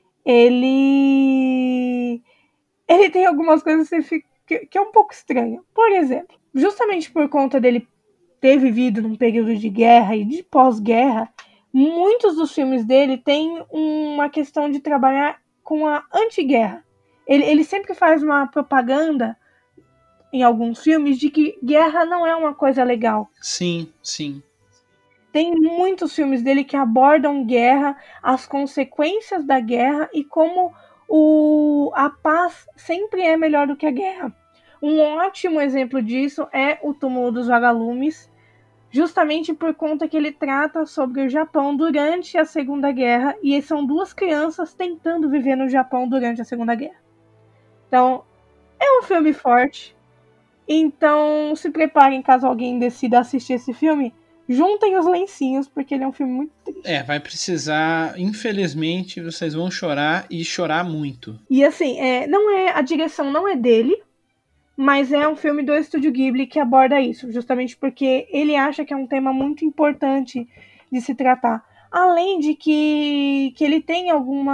ele tem algumas coisas que é um pouco estranho. Por exemplo, justamente por conta dele ter vivido num período de guerra e de pós-guerra, muitos dos filmes dele têm uma questão de trabalhar com a antiguerra. Ele sempre faz uma propaganda em alguns filmes de que guerra não é uma coisa legal. Sim, sim. Tem muitos filmes dele que abordam guerra, as consequências da guerra e como a paz sempre é melhor do que a guerra. Um ótimo exemplo disso é O Túmulo dos Vagalumes, justamente por conta que ele trata sobre o Japão durante a Segunda Guerra, e são duas crianças tentando viver no Japão durante a Segunda Guerra. Então, é um filme forte. Então, se preparem caso alguém decida assistir esse filme, juntem os lencinhos, porque ele é um filme muito triste. Vai precisar, infelizmente, vocês vão chorar e chorar muito. E assim, a direção não é dele, mas é um filme do Estúdio Ghibli que aborda isso, justamente porque ele acha que é um tema muito importante de se tratar. Além de que ele tem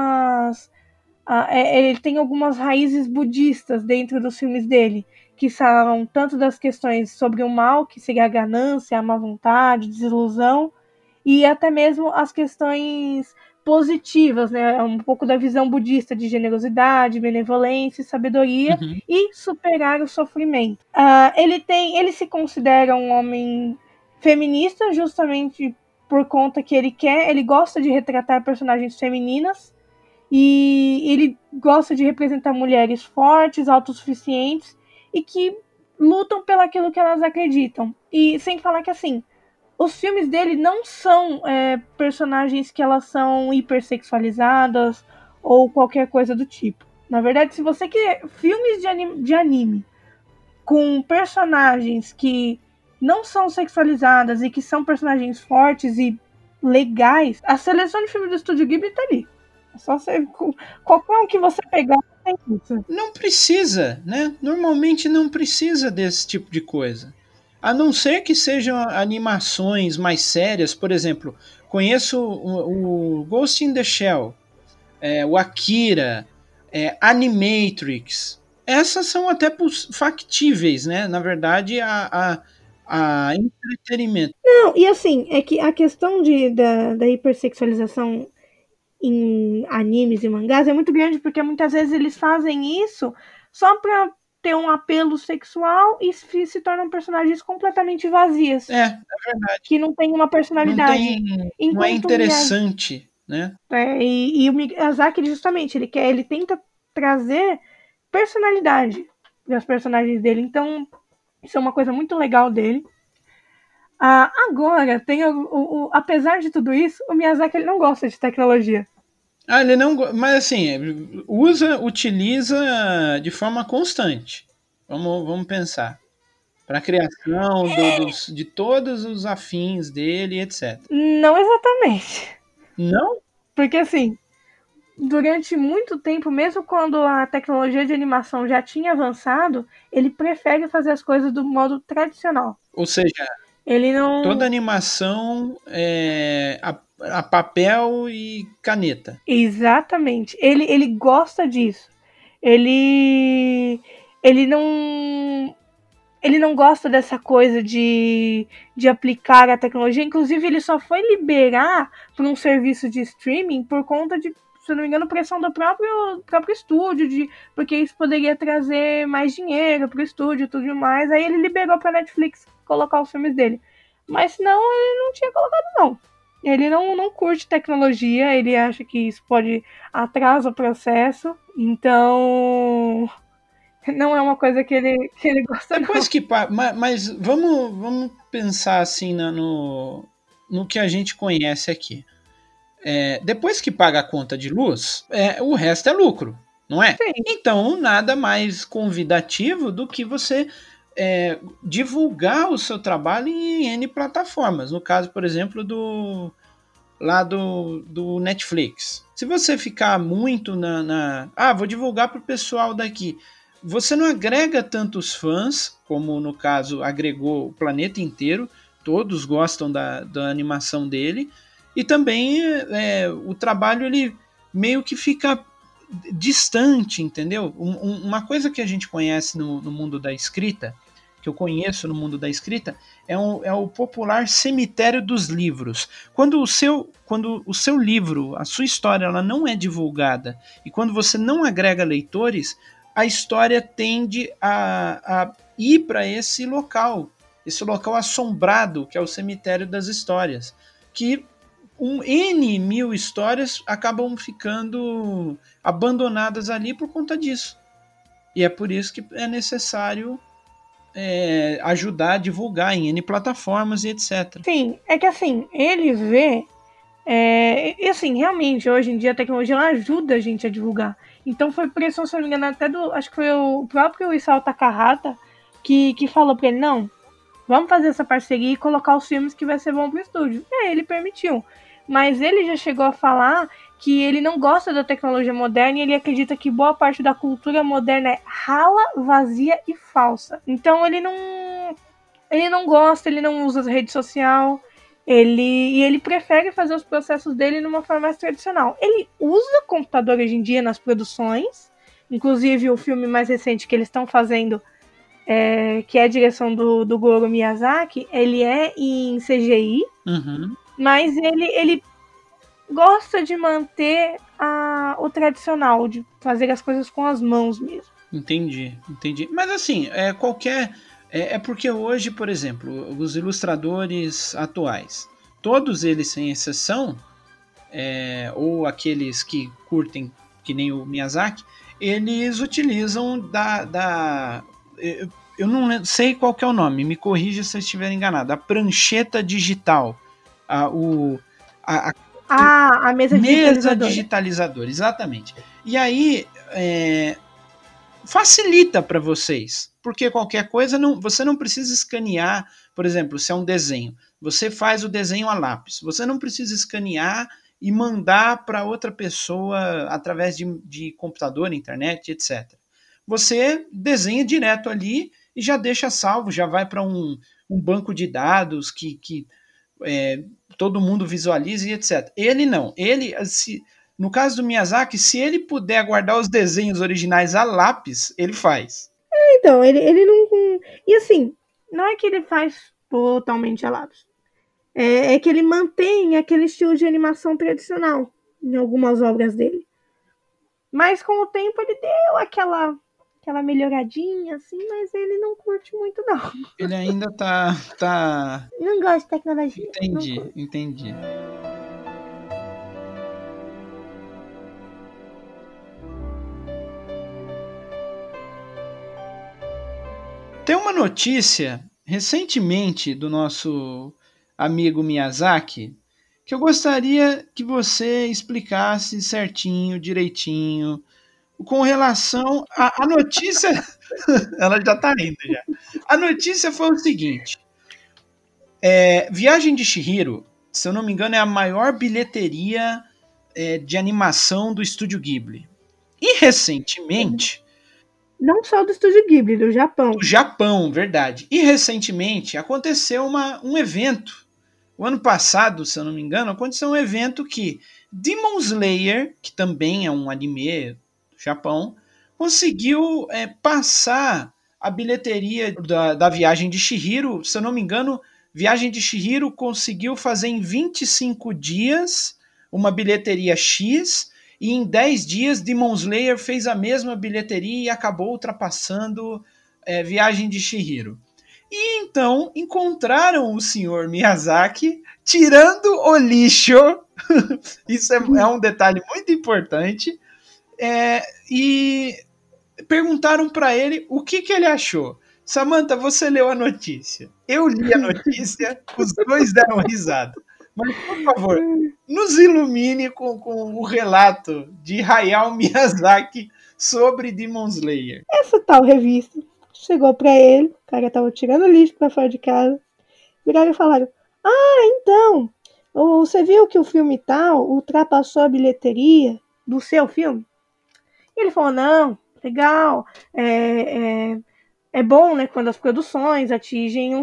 ele tem algumas raízes budistas dentro dos filmes dele, que são tanto das questões sobre o mal, que seria a ganância, a má vontade, desilusão, e até mesmo as questões positivas, né? Um pouco da visão budista de generosidade, benevolência, sabedoria e superar o sofrimento. Ele se considera um homem feminista justamente por conta que ele gosta de retratar personagens femininas e ele gosta de representar mulheres fortes, autossuficientes e que lutam pelaquilo que elas acreditam. E sem falar que, assim, os filmes dele não são personagens que elas são hipersexualizadas ou qualquer coisa do tipo. Na verdade, se você quer filmes de anime com personagens que não são sexualizadas e que são personagens fortes e legais, a seleção de filmes do Estúdio Ghibli tá ali. É só você... Qualquer um que você pegar tem isso. Não precisa, né? Normalmente não precisa desse tipo de coisa. A não ser que sejam animações mais sérias. Por exemplo, conheço o Ghost in the Shell, o Akira, Animatrix. Essas são até factíveis, né? Na verdade, a entretenimento. Não, e assim, é que a questão da hipersexualização em animes e mangás é muito grande, porque muitas vezes eles fazem isso só pra ter um apelo sexual e se tornam personagens completamente vazias. É verdade. Que não tem uma personalidade. Não é interessante, né? E o Miyazaki, justamente, ele tenta trazer personalidade das personagens dele. Então, isso é uma coisa muito legal dele. Agora, tem apesar de tudo isso, o Miyazaki ele não gosta de tecnologia. Ele não, mas assim, utiliza de forma constante. Vamos pensar. Para a criação de todos os afins dele, etc. Não exatamente. Não? Porque assim, durante muito tempo, mesmo quando a tecnologia de animação já tinha avançado, ele prefere fazer as coisas do modo tradicional. Ou seja, ele não... toda animação é a papel e caneta. Exatamente. Ele gosta disso. Ele não gosta dessa coisa de aplicar a tecnologia. Inclusive, ele só foi liberar para um serviço de streaming por conta de, se não me engano, pressão do próprio estúdio, porque isso poderia trazer mais dinheiro para o estúdio e tudo mais. Aí ele liberou para a Netflix colocar os filmes dele. Mas senão ele não tinha colocado, não. Ele não curte tecnologia, ele acha que isso pode atrasar o processo. Então... não é uma coisa que ele gosta. Depois não. Mas vamos pensar assim no que a gente conhece aqui. Depois que paga a conta de luz, o resto é lucro, não é? Sim. Então, nada mais convidativo do que você divulgar o seu trabalho em N plataformas. No caso, por exemplo, do lá do Netflix. Se você ficar muito vou divulgar para o pessoal daqui, você não agrega tantos fãs, como no caso agregou o planeta inteiro, todos gostam da animação dele, e também o trabalho ele meio que fica distante, entendeu? Uma coisa que a gente conhece no mundo da escrita, que eu conheço no mundo da escrita, é o popular cemitério dos livros. Quando o seu livro, a sua história, ela não é divulgada, e quando você não agrega leitores, a história tende a ir para esse local assombrado, que é o cemitério das histórias, que N mil histórias acabam ficando abandonadas ali por conta disso. E é por isso que é necessário ajudar a divulgar em N plataformas e etc. Sim, é que assim, ele vê. E assim, realmente, hoje em dia a tecnologia ela ajuda a gente a divulgar. Então foi por isso, se eu não me engano, até acho que foi o próprio Isao Takahata que falou pra ele, não, vamos fazer essa parceria e colocar os filmes que vai ser bom pro estúdio. E aí ele permitiu. Mas ele já chegou a falar que ele não gosta da tecnologia moderna e ele acredita que boa parte da cultura moderna é rala, vazia e falsa. Então ele não gosta, ele não usa rede social, ele prefere fazer os processos dele numa forma mais tradicional. Ele usa computador hoje em dia nas produções, inclusive o filme mais recente que eles estão fazendo, que é a direção do Goro Miyazaki, ele é em CGI, mas ele gosta de manter o tradicional, de fazer as coisas com as mãos mesmo. Entendi. Mas assim, é porque hoje, por exemplo, os ilustradores atuais, todos eles sem exceção, ou aqueles que curtem, que nem o Miyazaki, eles utilizam eu não sei qual que é o nome, me corrija se eu estiver enganado, a prancheta digital, a mesa digitalizadora, exatamente. E aí facilita para vocês, porque qualquer coisa você não precisa escanear, por exemplo, se é um desenho, você faz o desenho a lápis, você não precisa escanear e mandar para outra pessoa através de computador, internet, etc. Você desenha direto ali e já deixa salvo, já vai para um banco de dados que todo mundo visualiza e etc. Ele não, no caso do Miyazaki, se ele puder guardar os desenhos originais a lápis, ele faz. Então, ele não... E assim, não é que ele faz totalmente a lápis. É que ele mantém aquele estilo de animação tradicional em algumas obras dele. Mas com o tempo ele deu aquela melhoradinha, assim, mas ele não curte muito, não. Ele ainda tá... Não gosta de tecnologia. Entendi. Tem uma notícia recentemente do nosso amigo Miyazaki que eu gostaria que você explicasse certinho, direitinho, com relação à notícia. Ela já tá rindo já. A notícia foi o seguinte: Viagem de Chihiro, se eu não me engano, é a maior bilheteria de animação do Estúdio Ghibli. E recentemente... Não só do Estúdio Ghibli, do Japão. Do Japão, verdade. E recentemente aconteceu um evento. O ano passado, se eu não me engano, aconteceu um evento que Demon Slayer, que também é um anime do Japão, conseguiu passar a bilheteria da Viagem de Chihiro. Se eu não me engano, Viagem de Chihiro conseguiu fazer em 25 dias uma bilheteria X, e em 10 dias Demon Slayer fez a mesma bilheteria e acabou ultrapassando Viagem de Chihiro. E então encontraram o senhor Miyazaki tirando o lixo. Isso é um detalhe muito importante. E perguntaram para ele o que ele achou. Samantha, você leu a notícia. Eu li a notícia, os dois deram risada. Mas, por favor, nos ilumine com o relato de Hayao Miyazaki sobre Demon Slayer. Essa tal revista chegou pra ele, o cara tava tirando lixo pra fora de casa, viraram e falaram: então, Ou você viu que o filme tal ultrapassou a bilheteria do seu filme? E ele falou, não, legal, é bom, né, quando as produções atingem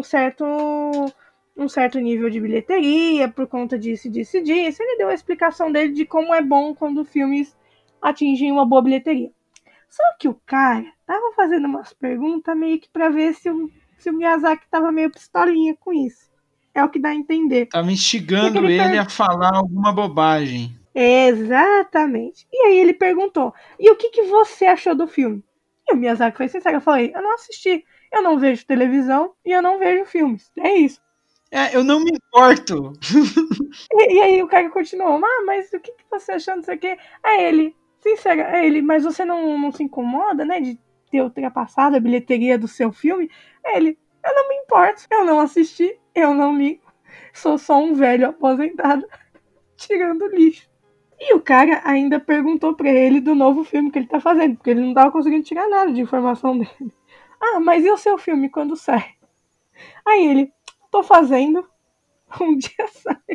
um certo nível de bilheteria por conta disso, disso e disso. Ele deu a explicação dele de como é bom quando filmes atingem uma boa bilheteria. Só que o cara tava fazendo umas perguntas meio que pra ver se o Miyazaki tava meio pistolinha com isso. É o que dá a entender. Tava Porque instigando ele a falar alguma bobagem. Exatamente. E aí ele perguntou, e o que você achou do filme? E o Miyazaki foi sincero, eu falei, eu não assisti, eu não vejo televisão e eu não vejo filmes. É isso. Eu não me importo. E aí o cara continuou, mas o que você achou, não sei o quê? Aí ele, sincero, mas você não se incomoda, né, de ter ultrapassado a bilheteria do seu filme? Aí ele, eu não me importo, eu não assisti, eu não ligo, sou só um velho aposentado tirando lixo. E o cara ainda perguntou pra ele do novo filme que ele tá fazendo, porque ele não tava conseguindo tirar nada de informação dele. Ah, mas e o seu filme quando sai? Aí ele, tô fazendo, um dia sai.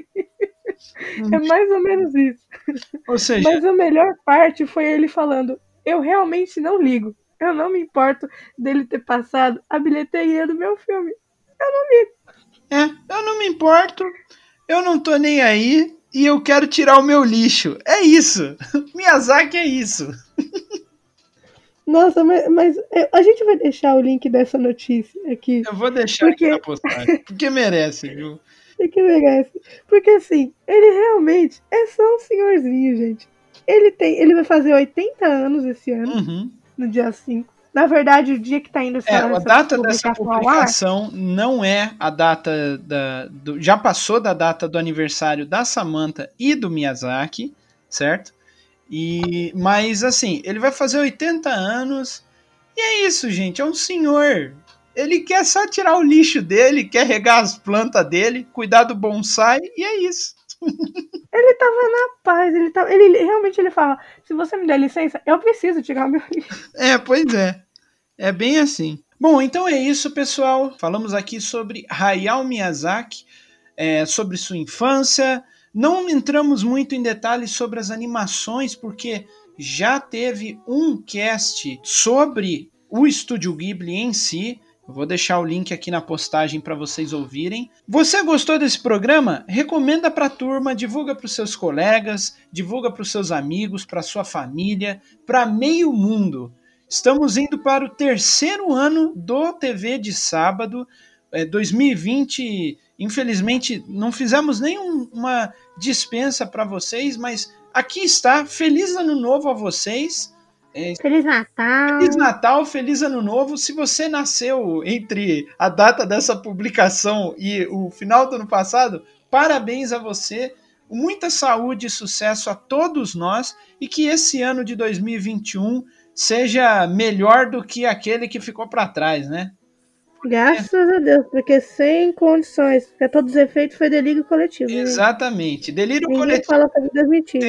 É mais ou menos isso. Ou seja, Mas a melhor parte foi ele falando: eu realmente não ligo. Eu não me importo dele ter passado a bilheteria do meu filme. Eu não ligo. eu não me importo, eu não tô nem aí e eu quero tirar o meu lixo. É isso. Miyazaki é isso. Nossa, mas a gente vai deixar o link dessa notícia aqui. Eu vou deixar aqui na Porque postagem, porque merece, viu? é que merece. Porque assim, ele realmente é só um senhorzinho, gente. Ele vai fazer 80 anos esse ano, no dia 5. Na verdade, o dia que tá indo A essa data dessa publicação ao ar. publicação não é a data já passou da data do aniversário da Samantha e do Miyazaki, certo? Mas assim, ele vai fazer 80 anos e é isso, gente, é um senhor. Ele quer só tirar o lixo dele, quer regar as plantas dele, cuidar do bonsai e é isso. Ele tava na paz, ele realmente ele fala: se você me der licença, eu preciso tirar o meu lixo. Pois é. É bem assim. Bom, então é isso, pessoal. Falamos aqui sobre Hayao Miyazaki, sobre sua infância. Não entramos muito em detalhes sobre as animações, porque já teve um cast sobre o Estúdio Ghibli em si. Eu vou deixar o link aqui na postagem para vocês ouvirem. Você gostou desse programa? Recomenda para a turma, divulga para os seus colegas, divulga para os seus amigos, para sua família, para meio mundo. Estamos indo para o 3º ano do TV de Sábado. 2020, infelizmente, não fizemos nenhuma dispensa para vocês, mas aqui está. Feliz Ano Novo a vocês. Feliz Natal. Feliz Natal, feliz Ano Novo. Se você nasceu entre a data dessa publicação e o final do ano passado, parabéns a você. Muita saúde e sucesso a todos nós e que esse ano de 2021 seja melhor do que aquele que ficou para trás, né? Graças a Deus, porque sem condições, para todos os efeitos, foi delírio coletivo. Exatamente. Delírio Ninguém coletivo. fala sobre 2020.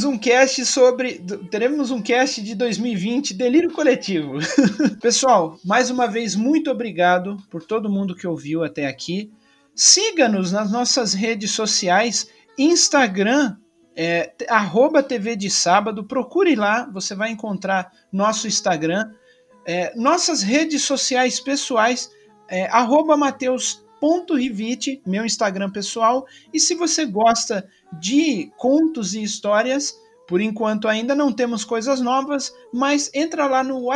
Teremos um cast de 2020, delírio coletivo. Pessoal, mais uma vez, muito obrigado por todo mundo que ouviu até aqui. Siga-nos nas nossas redes sociais, Instagram, @TV de Sábado, procure lá, você vai encontrar nosso Instagram. Nossas redes sociais pessoais, @Mateus.Rivite, meu Instagram pessoal. E se você gosta de contos e histórias, por enquanto ainda não temos coisas novas, mas entra lá no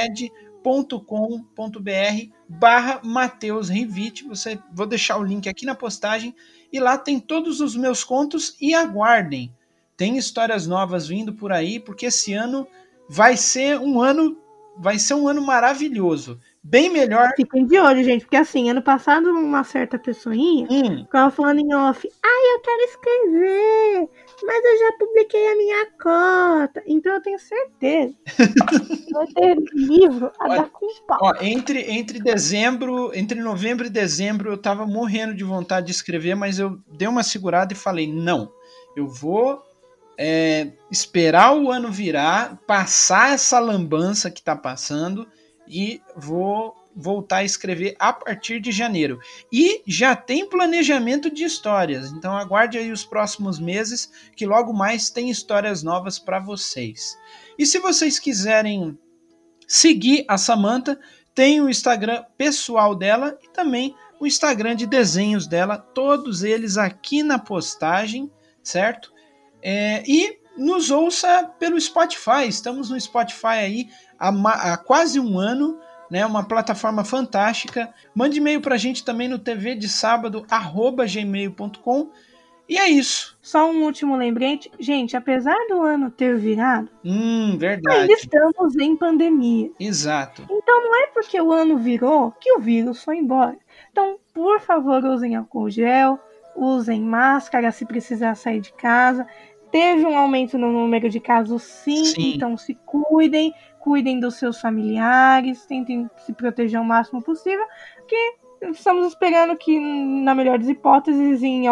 wattpad.com.br/Mateus Rivite. Vou deixar o link aqui na postagem e lá tem todos os meus contos e aguardem. Tem histórias novas vindo por aí, porque esse ano vai ser um ano maravilhoso. Bem melhor. Fiquem de olho, gente, porque assim, ano passado uma certa pessoinha ficava falando em off: ai, eu quero escrever, mas eu já publiquei a minha cota. Então eu tenho certeza que vai ter livro a dar com pau. Entre novembro e dezembro eu tava morrendo de vontade de escrever, mas eu dei uma segurada e falei, não, eu vou esperar o ano virar, passar essa lambança que tá passando e vou voltar a escrever a partir de janeiro. E já tem planejamento de histórias, então aguarde aí os próximos meses, que logo mais tem histórias novas para vocês. E se vocês quiserem seguir a Samantha, tem o Instagram pessoal dela e também o Instagram de desenhos dela, todos eles aqui na postagem, certo? E nos ouça pelo Spotify, estamos no Spotify aí há quase um ano, né? Uma plataforma fantástica. Mande e-mail pra gente também no tvdesabado@gmail.com. E é isso. Só um último lembrete. Gente, apesar do ano ter virado, Verdade. ainda estamos em pandemia. Exato. Então não é porque o ano virou que o vírus foi embora. Então, por favor, usem álcool gel, usem máscara se precisar sair de casa. Teve um aumento no número de casos, sim. Então se cuidem dos seus familiares, tentem se proteger o máximo possível, porque estamos esperando que, na melhor das hipóteses, em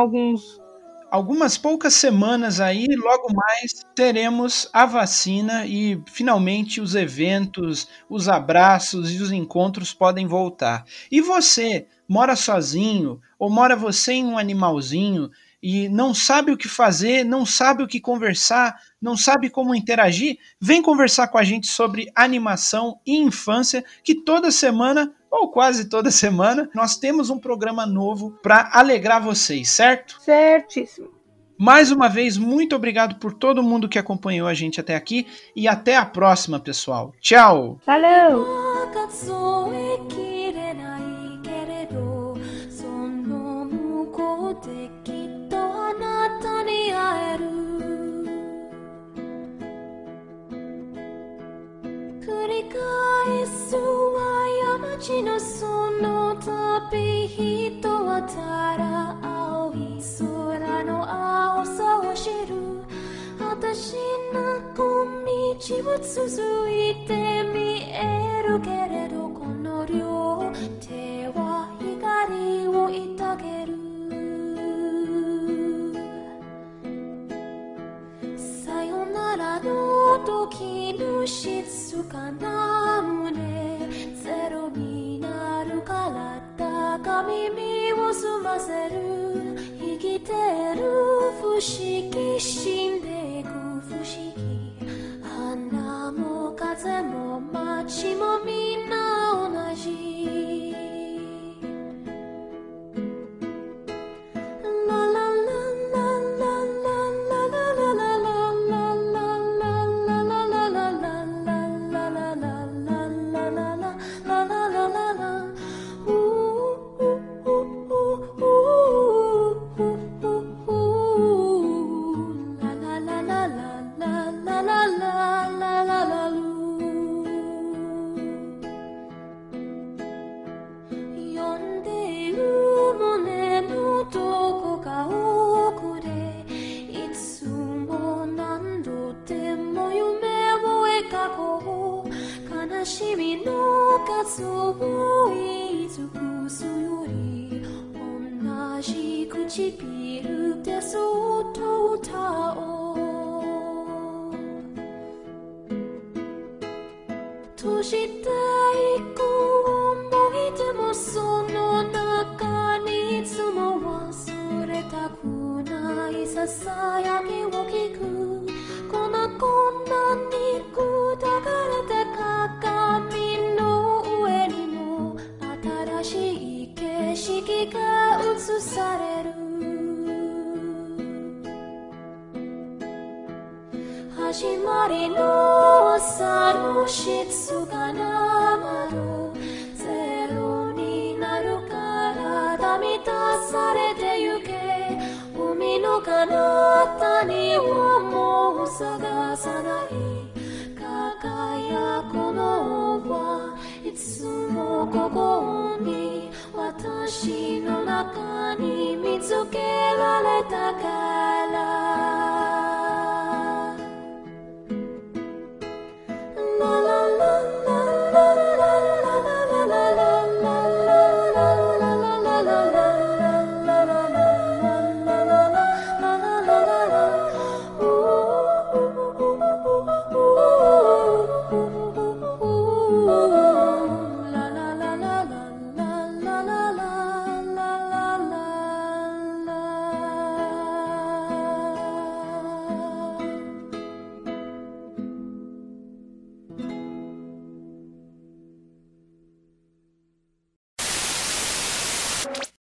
algumas poucas semanas aí, logo mais, teremos a vacina e finalmente os eventos, os abraços e os encontros podem voltar. E você, mora sozinho ou mora você em um animalzinho e não sabe o que fazer, não sabe o que conversar, não sabe como interagir, vem conversar com a gente sobre animação e infância, que toda semana, ou quase toda semana, nós temos um programa novo para alegrar vocês, certo? Certíssimo. Mais uma vez, muito obrigado por todo mundo que acompanhou a gente até aqui e até a próxima, pessoal. Tchau! Falou! Watashi no naka ni mitsuke rareta kai